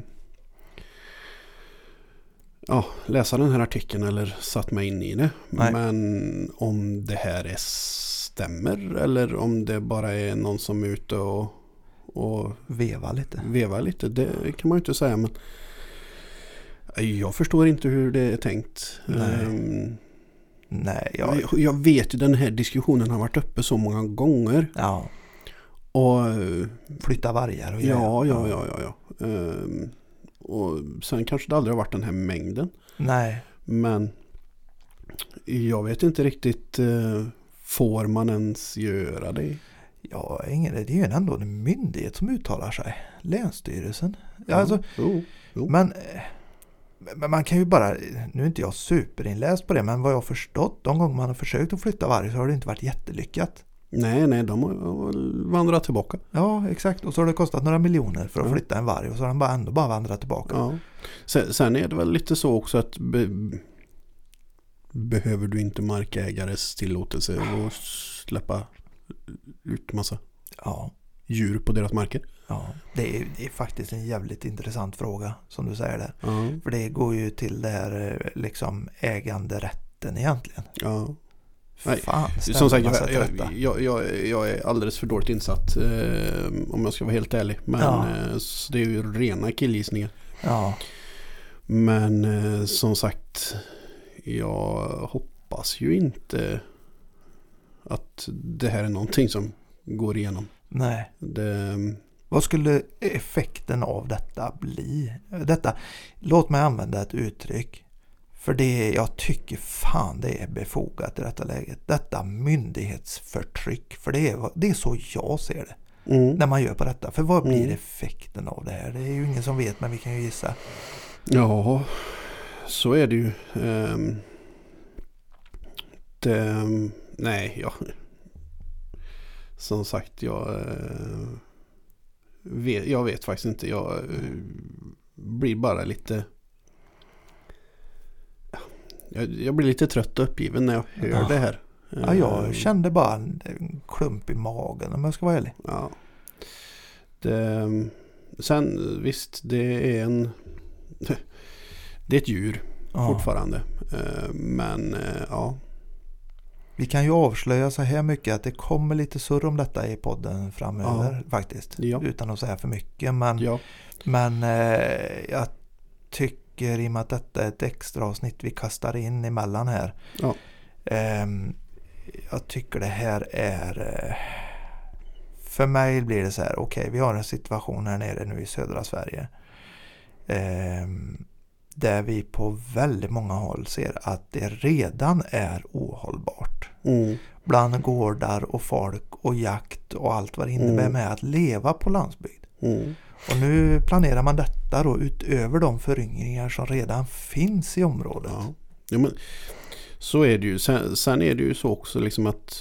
ja, läsa den här artikeln eller satt mig in i det. Nej. Men om det här är stämmer eller om det bara är någon som är ute och, och veva lite. Veva lite, det kan man ju inte säga, men jag förstår inte hur det är tänkt. Nej, um, Nej jag... jag vet ju den här diskussionen har varit uppe så många gånger. Ja. Och flytta vargar och ja, ja, ja, ja, ja. Um, och sen kanske det aldrig har varit den här mängden. Nej. Men jag vet inte riktigt, uh, får man ens göra det? Ja, ingen, det är ju ändå en myndighet som uttalar sig. Länsstyrelsen. Ja, ja, alltså, jo, jo. Men... Men man kan ju bara, nu är inte jag superinläst på det, men vad jag har förstått, de gånger man har försökt att flytta varg så har det inte varit jättelyckat. Nej, nej, de har vandrat tillbaka. Ja, exakt. Och så har det kostat några miljoner för att ja. flytta en varg och så har den bara ändå bara vandrat tillbaka. Ja. Sen, sen är det väl lite så också att be, behöver du inte markägares tillåtelse att släppa ut massa ja. djur på deras marker? Ja, det är, det är faktiskt en jävligt intressant fråga som du säger där. Mm. För det går ju till där liksom äganderätten egentligen. Ja. Nej, fan, som sagt, jag, jag, jag, jag, jag är alldeles för dåligt insatt eh, om jag ska vara helt ärlig. Men ja. eh, det är ju rena killgissningar. Ja. Men eh, som sagt, jag hoppas ju inte att det här är någonting som går igenom. Nej. Det... Vad skulle effekten av detta bli? Detta, låt mig använda ett uttryck. För det, jag tycker fan det är befogat i detta läget. Detta myndighetsförtryck. För det är, det är så jag ser det. Mm. När man gör på detta. För vad blir mm. effekten av det här? Det är ju ingen som vet, men vi kan ju gissa. Ja, så är det ju. Um, det, nej, ja. Som sagt, jag uh, vet, jag vet faktiskt inte. Jag uh, blir bara lite... Jag, jag blir lite trött och uppgiven när jag hör ja. det här. Ja, jag kände bara en, en klump i magen om jag ska vara ärlig. Ja. Det, sen visst, det är en det är ett djur ja. fortfarande. Men ja. Vi kan ju avslöja så här mycket att det kommer lite surr om detta i podden framöver ja. faktiskt. Ja. Utan att säga för mycket. Men, ja. men eh, jag tycker i och med att detta är ett extra avsnitt vi kastar in emellan här. Ja. Eh, jag tycker det här är... Eh, för mig blir det så här, okej, okay, vi har en situation här nere nu i södra Sverige. Eh, där vi på väldigt många håll ser att det redan är ohållbart. Mm. Bland gårdar och folk och jakt och allt vad det innebär mm. med att leva på landsbygd. Mm. Och nu planerar man detta då utöver de föryngringar som redan finns i området. Ja, ja men så är det ju. Sen, sen är det ju så också liksom att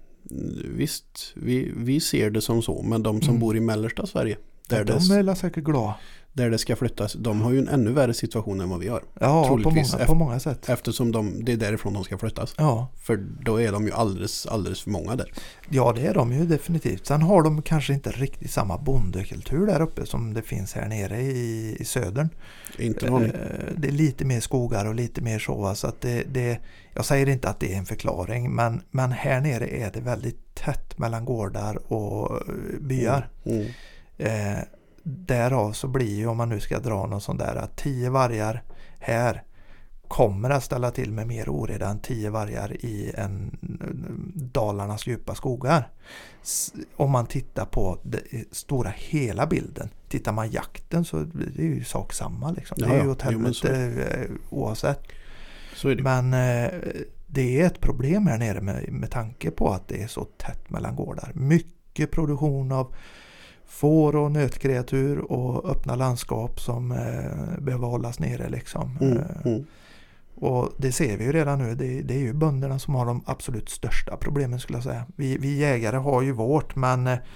visst, vi, vi ser det som så, men de som mm. bor i mellersta Sverige där ja, de det, är säkert glada. Där det ska flyttas, de har ju en ännu värre situation än vad vi har. Ja, på många, på många sätt. Eftersom de, det är därifrån de ska flyttas. Ja. För då är de ju alldeles, alldeles för många där. Ja, det är de ju definitivt. Sen har de kanske inte riktigt samma bondekultur där uppe som det finns här nere i, i södern. Inte någon. Det är lite mer skogar och lite mer så. Så att det, det, jag säger inte att det är en förklaring, men, men här nere är det väldigt tätt mellan gårdar och byar. Mm. Mm. Eh, Därav så blir ju, om man nu ska dra någon sån där, att tio vargar här kommer att ställa till med mer oreda än tio vargar i en Dalarnas djupa skogar. Om man tittar på det stora hela bilden. Tittar man jakten så är det ju sak samma liksom. Ja, det är ju åt helvete oavsett. Så är det. Men eh, det är ett problem här nere med, med tanke på att det är så tätt mellan gårdar. Mycket produktion av får och nötkreatur och öppna landskap som eh, behöver hållas nere liksom. Mm, mm. Och det ser vi ju redan nu. Det, det är ju bönderna som har de absolut största problemen skulle jag säga. Vi, vi jägare har ju vårt, men eh,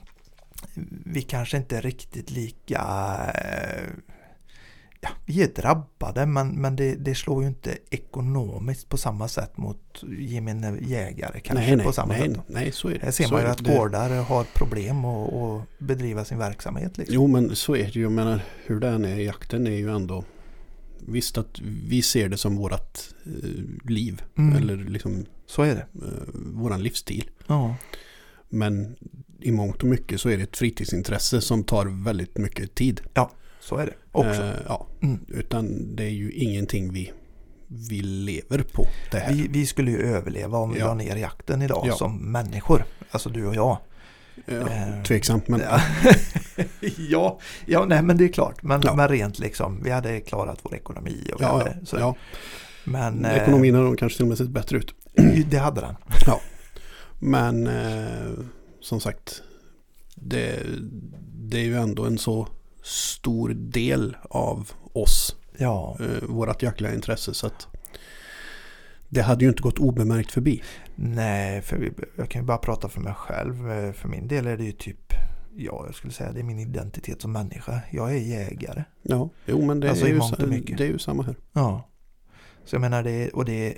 vi kanske inte är riktigt lika... Eh, ja, vi är drabbade, men, men det, det slår ju inte ekonomiskt på samma sätt mot gemene jägare kanske nej, nej, på samma nej, sätt. Nej, så är det. Här ser så man ju att det. gårdar har problem att, att bedriva sin verksamhet. Liksom. Jo, men så är det ju. Jag menar, hur den är, jakten är ju ändå... Visst att vi ser det som vårat eh, liv. Mm. Eller liksom... Så är det. Eh, våran livsstil. Ja. Men i mångt och mycket så är det ett fritidsintresse som tar väldigt mycket tid. Ja. Så är det också. Uh, ja, mm. Utan det är ju ingenting vi, vi lever på det här. Vi, vi skulle ju överleva om vi ja. la ner jakten idag ja. som människor. Alltså du och jag. Ja, uh, tveksamt, men... Ja. ja, ja, nej men det är klart. Men, ja. men rent liksom, vi hade klarat vår ekonomi. Och ja, hade, så. ja. Men, ekonomin hade kanske till och med sett bättre ut. Det hade den. Ja. Men eh, som sagt, det, det är ju ändå en så... stor del av oss, ja. eh, vårat jaktliga intresse, så att det hade ju inte gått obemärkt förbi. Nej, för vi, jag kan ju bara prata för mig själv. För min del är det ju typ, ja, jag skulle säga det är min identitet som människa. Jag är jägare. Ja, jo, men det, alltså, är, ju, det är ju samma här. Ja, så jag menar det, och det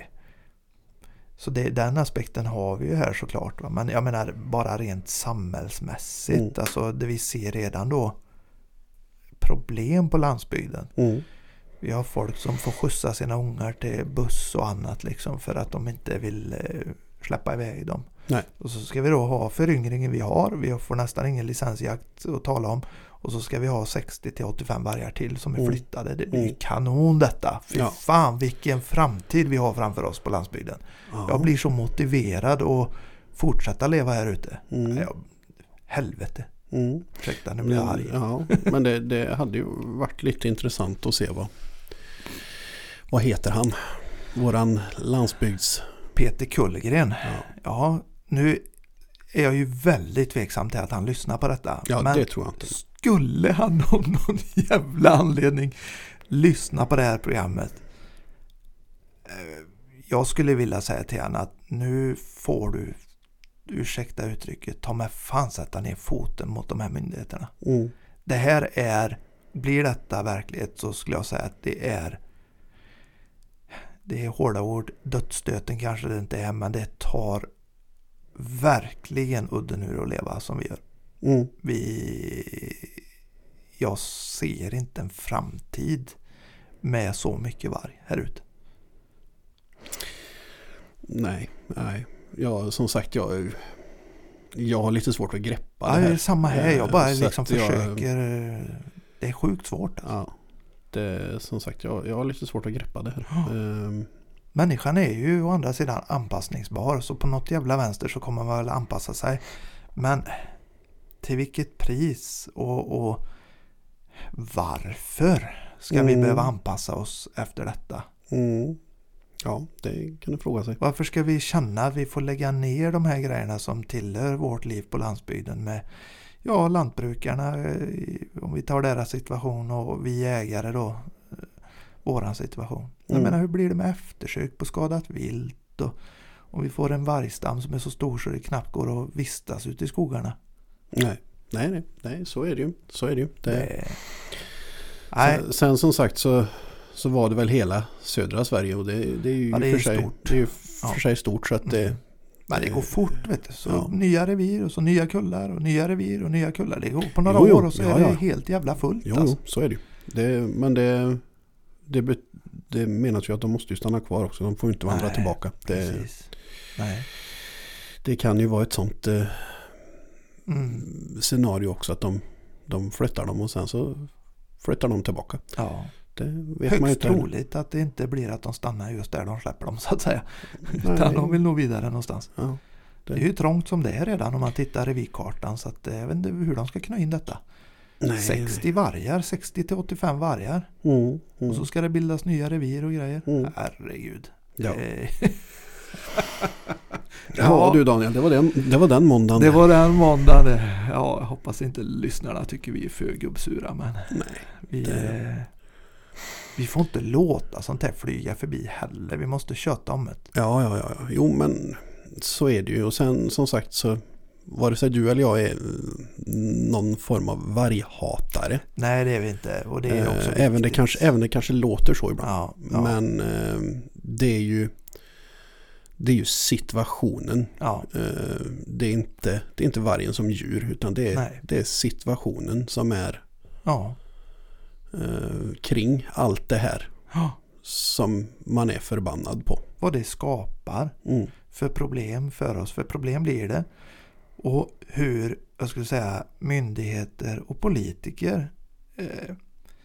så det, den aspekten har vi ju här såklart. Va? Men jag menar bara rent samhällsmässigt, mm. alltså det vi ser redan då problem på landsbygden. Mm. Vi har folk som får skjutsa sina ungar till buss och annat liksom för att de inte vill eh, släppa iväg dem. Nej. Och så ska vi då ha föryngringen vi har. Vi får nästan ingen licensjakt att tala om. Och så ska vi ha sextio till åttiofem vargar till som är mm. flyttade. Det blir mm. kanon detta. Fy ja. fan vilken framtid vi har framför oss på landsbygden. Ja. Jag blir så motiverad att fortsätta leva här ute. Mm. Jag, helvete. Mm. Ursäkta, nu blir jag arg. Ja, men det, det hade ju varit lite intressant att se vad, Vad heter han? Våran landsbygds... Peter Kullgren. Ja. ja, nu är jag ju väldigt tveksam till att han lyssnar på detta. Ja, men det tror jag inte. Skulle han av någon jävla anledning lyssna på det här programmet, jag skulle vilja säga till honom att nu får du, ursäkta uttrycket, ta med fan sätta ner foten mot de här myndigheterna. Mm. Det här är, blir detta verklighet så skulle jag säga att det är det är hårda ord, dödsstöten kanske det inte är, men det tar verkligen udden ur att leva som vi gör. Mm. Vi, jag ser inte en framtid med så mycket varg här ute. Nej, nej. Ja, som sagt, jag, jag har lite svårt att greppa ja, det här. Det är samma här, jag bara så liksom försöker, jag, det är sjukt svårt. Alltså. Ja, det, som sagt, jag, jag har lite svårt att greppa det här. Ja. Um, Människan är ju å andra sidan anpassningsbar, så på något jävla vänster så kommer man väl anpassa sig. Men till vilket pris och, och varför ska mm. vi behöva anpassa oss efter detta? Mm. Ja, det kan du fråga sig. Varför ska vi känna att vi får lägga ner de här grejerna som tillhör vårt liv på landsbygden med ja, lantbrukarna, om vi tar deras situation, och vi ägare då, våran situation. Mm. Jag menar, hur blir det med eftersök på skadat vilt och om vi får en vargstam som är så stor så det knappt går att vistas ute i skogarna? Nej, nej, nej, nej så är det ju. Så är det ju. Det... Det... Nej. Sen, sen som sagt så så var det väl hela södra Sverige, och det, det är ju ja, det är för, sig, stort. Det är ju för ja. sig stort, så att det... Mm. Men det går fort, vet du. Så ja. nya revir och så nya kullar och nya revir och nya kullar. Det går på några jo, jo. år och så ja, är det ja. helt jävla fullt. Jo, alltså. så är det ju. Det, men det, det, det menas ju att de måste ju stanna kvar också. De får inte vandra Nej, tillbaka. Det, precis. Nej. det kan ju vara ett sånt eh, mm. scenario också, att de, de flyttar dem och sen så flyttar de tillbaka. Ja. Det vet högst man inte. troligt att det inte blir att de stannar just där de släpper dem, så att säga. Utan de vill nog vidare någonstans. Ja, det. det är ju trångt som det är redan om man tittar revirkartan, så att jag vet inte hur de ska kunna in detta. Nej, sextio nej. vargar, sextio till åttiofem vargar. Mm, mm. Och så ska det bildas nya revir och grejer. Mm. Herregud. Ja. Det... ja du Daniel, det var den, det var den måndagen. Det var den måndagen. Ja, jag hoppas inte lyssnarna tycker vi är för gubbsura, men nej, vi, det... vi får inte låta sånt här flyga förbi heller. Vi måste köta om det. Ja, ja, ja. Jo, men så är det ju. Och sen som sagt så vare sig du eller jag är någon form av varghatare. Nej, det är vi inte. Och det är också även, det kanske, även det kanske låter så ibland. Ja, ja. Men eh, det är ju det är ju situationen. Ja. Eh, det, är inte, det är inte vargen som djur, utan det är, det är situationen som är ja. eh, kring allt det här ja. som man är förbannad på. Vad det skapar mm. för problem för oss. För problem blir det. Och hur, jag skulle säga, myndigheter och politiker eh,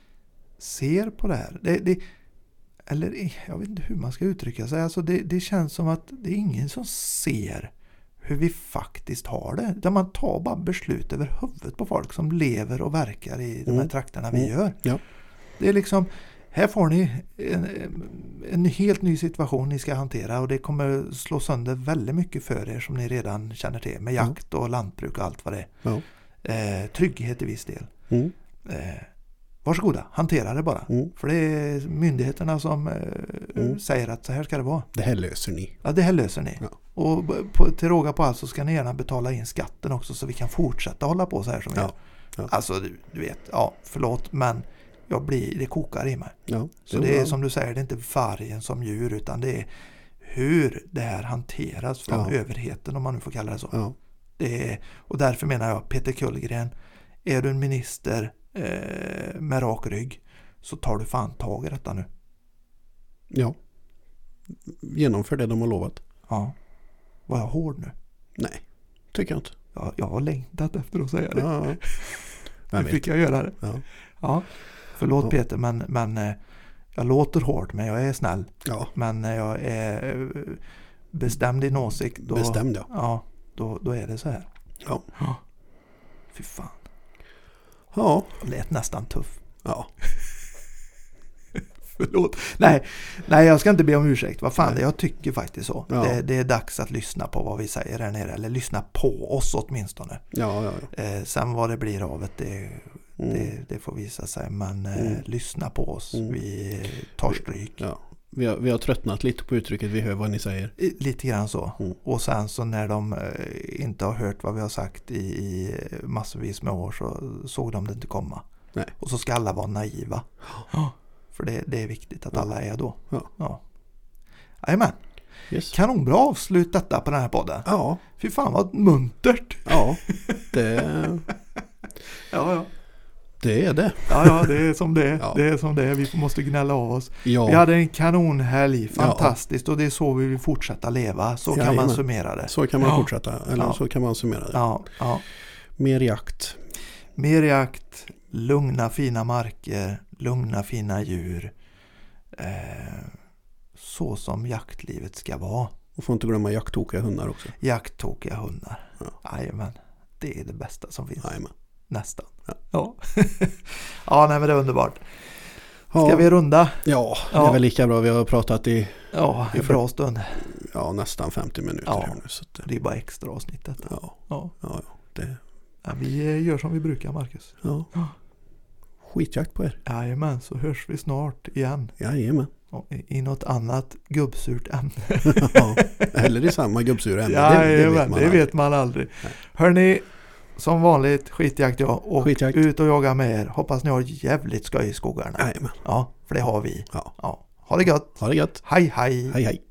ser på det här. Det, det, eller jag vet inte hur man ska uttrycka sig. Alltså det, det känns som att det är ingen som ser hur vi faktiskt har det. Där man tar bara beslut över huvudet på folk som lever och verkar i de här trakterna vi gör. Ja. Det är liksom, här får ni en, en helt ny situation ni ska hantera, och det kommer slå sönder väldigt mycket för er som ni redan känner till med jakt och lantbruk och allt vad det är. Ja. Eh, trygghet i viss del. Mm. Eh, varsågoda, hantera det bara. Mm. För det är myndigheterna som eh, mm. säger att så här ska det vara. Det här löser ni. Ja, det här löser ni. Ja. Och på, till råga på allt så ska ni gärna betala in skatten också, så vi kan fortsätta hålla på så här som vi ja. gör. Ja. Alltså, du, du vet, ja, förlåt, men jag blir, det kokar i mig. Ja, det så det är bra. Som du säger, det är inte vargen som djur, utan det är hur det här hanteras från ja. överheten, om man nu får kalla det så. Ja. Det är, och därför menar jag, Peter Kullgren, är du en minister eh, med rak rygg, så tar du fan tag i detta nu. Ja. Genomför det de har lovat. Ja. Var jag hård nu? Nej, tycker jag inte. Ja, jag har längtat efter att säga det. Ja. Nu fick jag göra det. Ja. Ja. Förlåt ja. Peter, men, men eh, jag låter hårt, men jag är snäll. Ja. Men när jag är bestämd i en åsikt, då, bestämd, ja. Ja, då, då är det så här. Ja. ja. Fy fan. Ja. Jag lät nästan tuff. Ja. Förlåt. Nej, nej, jag ska inte be om ursäkt. Vad fan, nej. Jag tycker faktiskt så. Ja. Det, det är dags att lyssna på vad vi säger här nere. Eller lyssna på oss åtminstone. Ja, ja, ja. Eh, sen vad det blir av det, det, mm. det, det får visa sig. Men eh, mm. lyssna på oss. Mm. Vi tar stryk. Ja. Vi har, vi har tröttnat lite på uttrycket, vi hör vad ni säger. Lite grann så. Mm. Och sen så när de eh, inte har hört vad vi har sagt i, i massvis med år så såg de det inte komma. Nej. Och så ska alla vara naiva. Ja. För det, det är viktigt att ja. alla är då. Ja. Ja. Jajamän. Yes. Kanonbra avslut detta på den här podden. Ja. Fy fan vad muntert. Ja, det... ja, ja. Det är det. Ja, ja, det är som det är. Ja. Det är som det är. Vi måste gnälla av oss. Ja. Vi hade en kanonhelg. Fantastiskt. Ja. Och det är så vi vill fortsätta leva. Så ja, kan man summera det. Så kan man ja. fortsätta. Eller ja. så kan man summera det. Ja, ja. Mer jakt. Mer jakt. Lugna fina marker. Lugna fina djur. Eh, så som jaktlivet ska vara. Och får inte glömma jakttokiga hundar också. Jakttokiga hundar. Ja. Jajamän. Det är det bästa som finns. Jajamän. Nästan. Ja, ja. ja nej, men det är underbart. Ska ja. vi runda? Ja, det är ja. väl lika bra. Vi har pratat i... Ja, en bra stund. Ja, nästan femtio minuter ja. här nu. Så att, det är bara extra avsnittet. Ja, ja. ja, det... ja, vi gör som vi brukar, Marcus. Ja. ja. Skitjakt på er. Jajamän, så hörs vi snart igen. Jajamän. I, I något annat gubbsurt ämne. ja, eller i samma gubbsura ämne. Ja, det, det, vet, man det vet man aldrig. Nej. Hörrni, som vanligt, skitjakt jag. Och skitjakt. Ut och jaga med er. Hoppas ni har jävligt skoj i skogarna. Jajamän. Ja, för det har vi. Ja. Ja. Ha det gött. Ha det gött. Hej, hej. Hej, hej.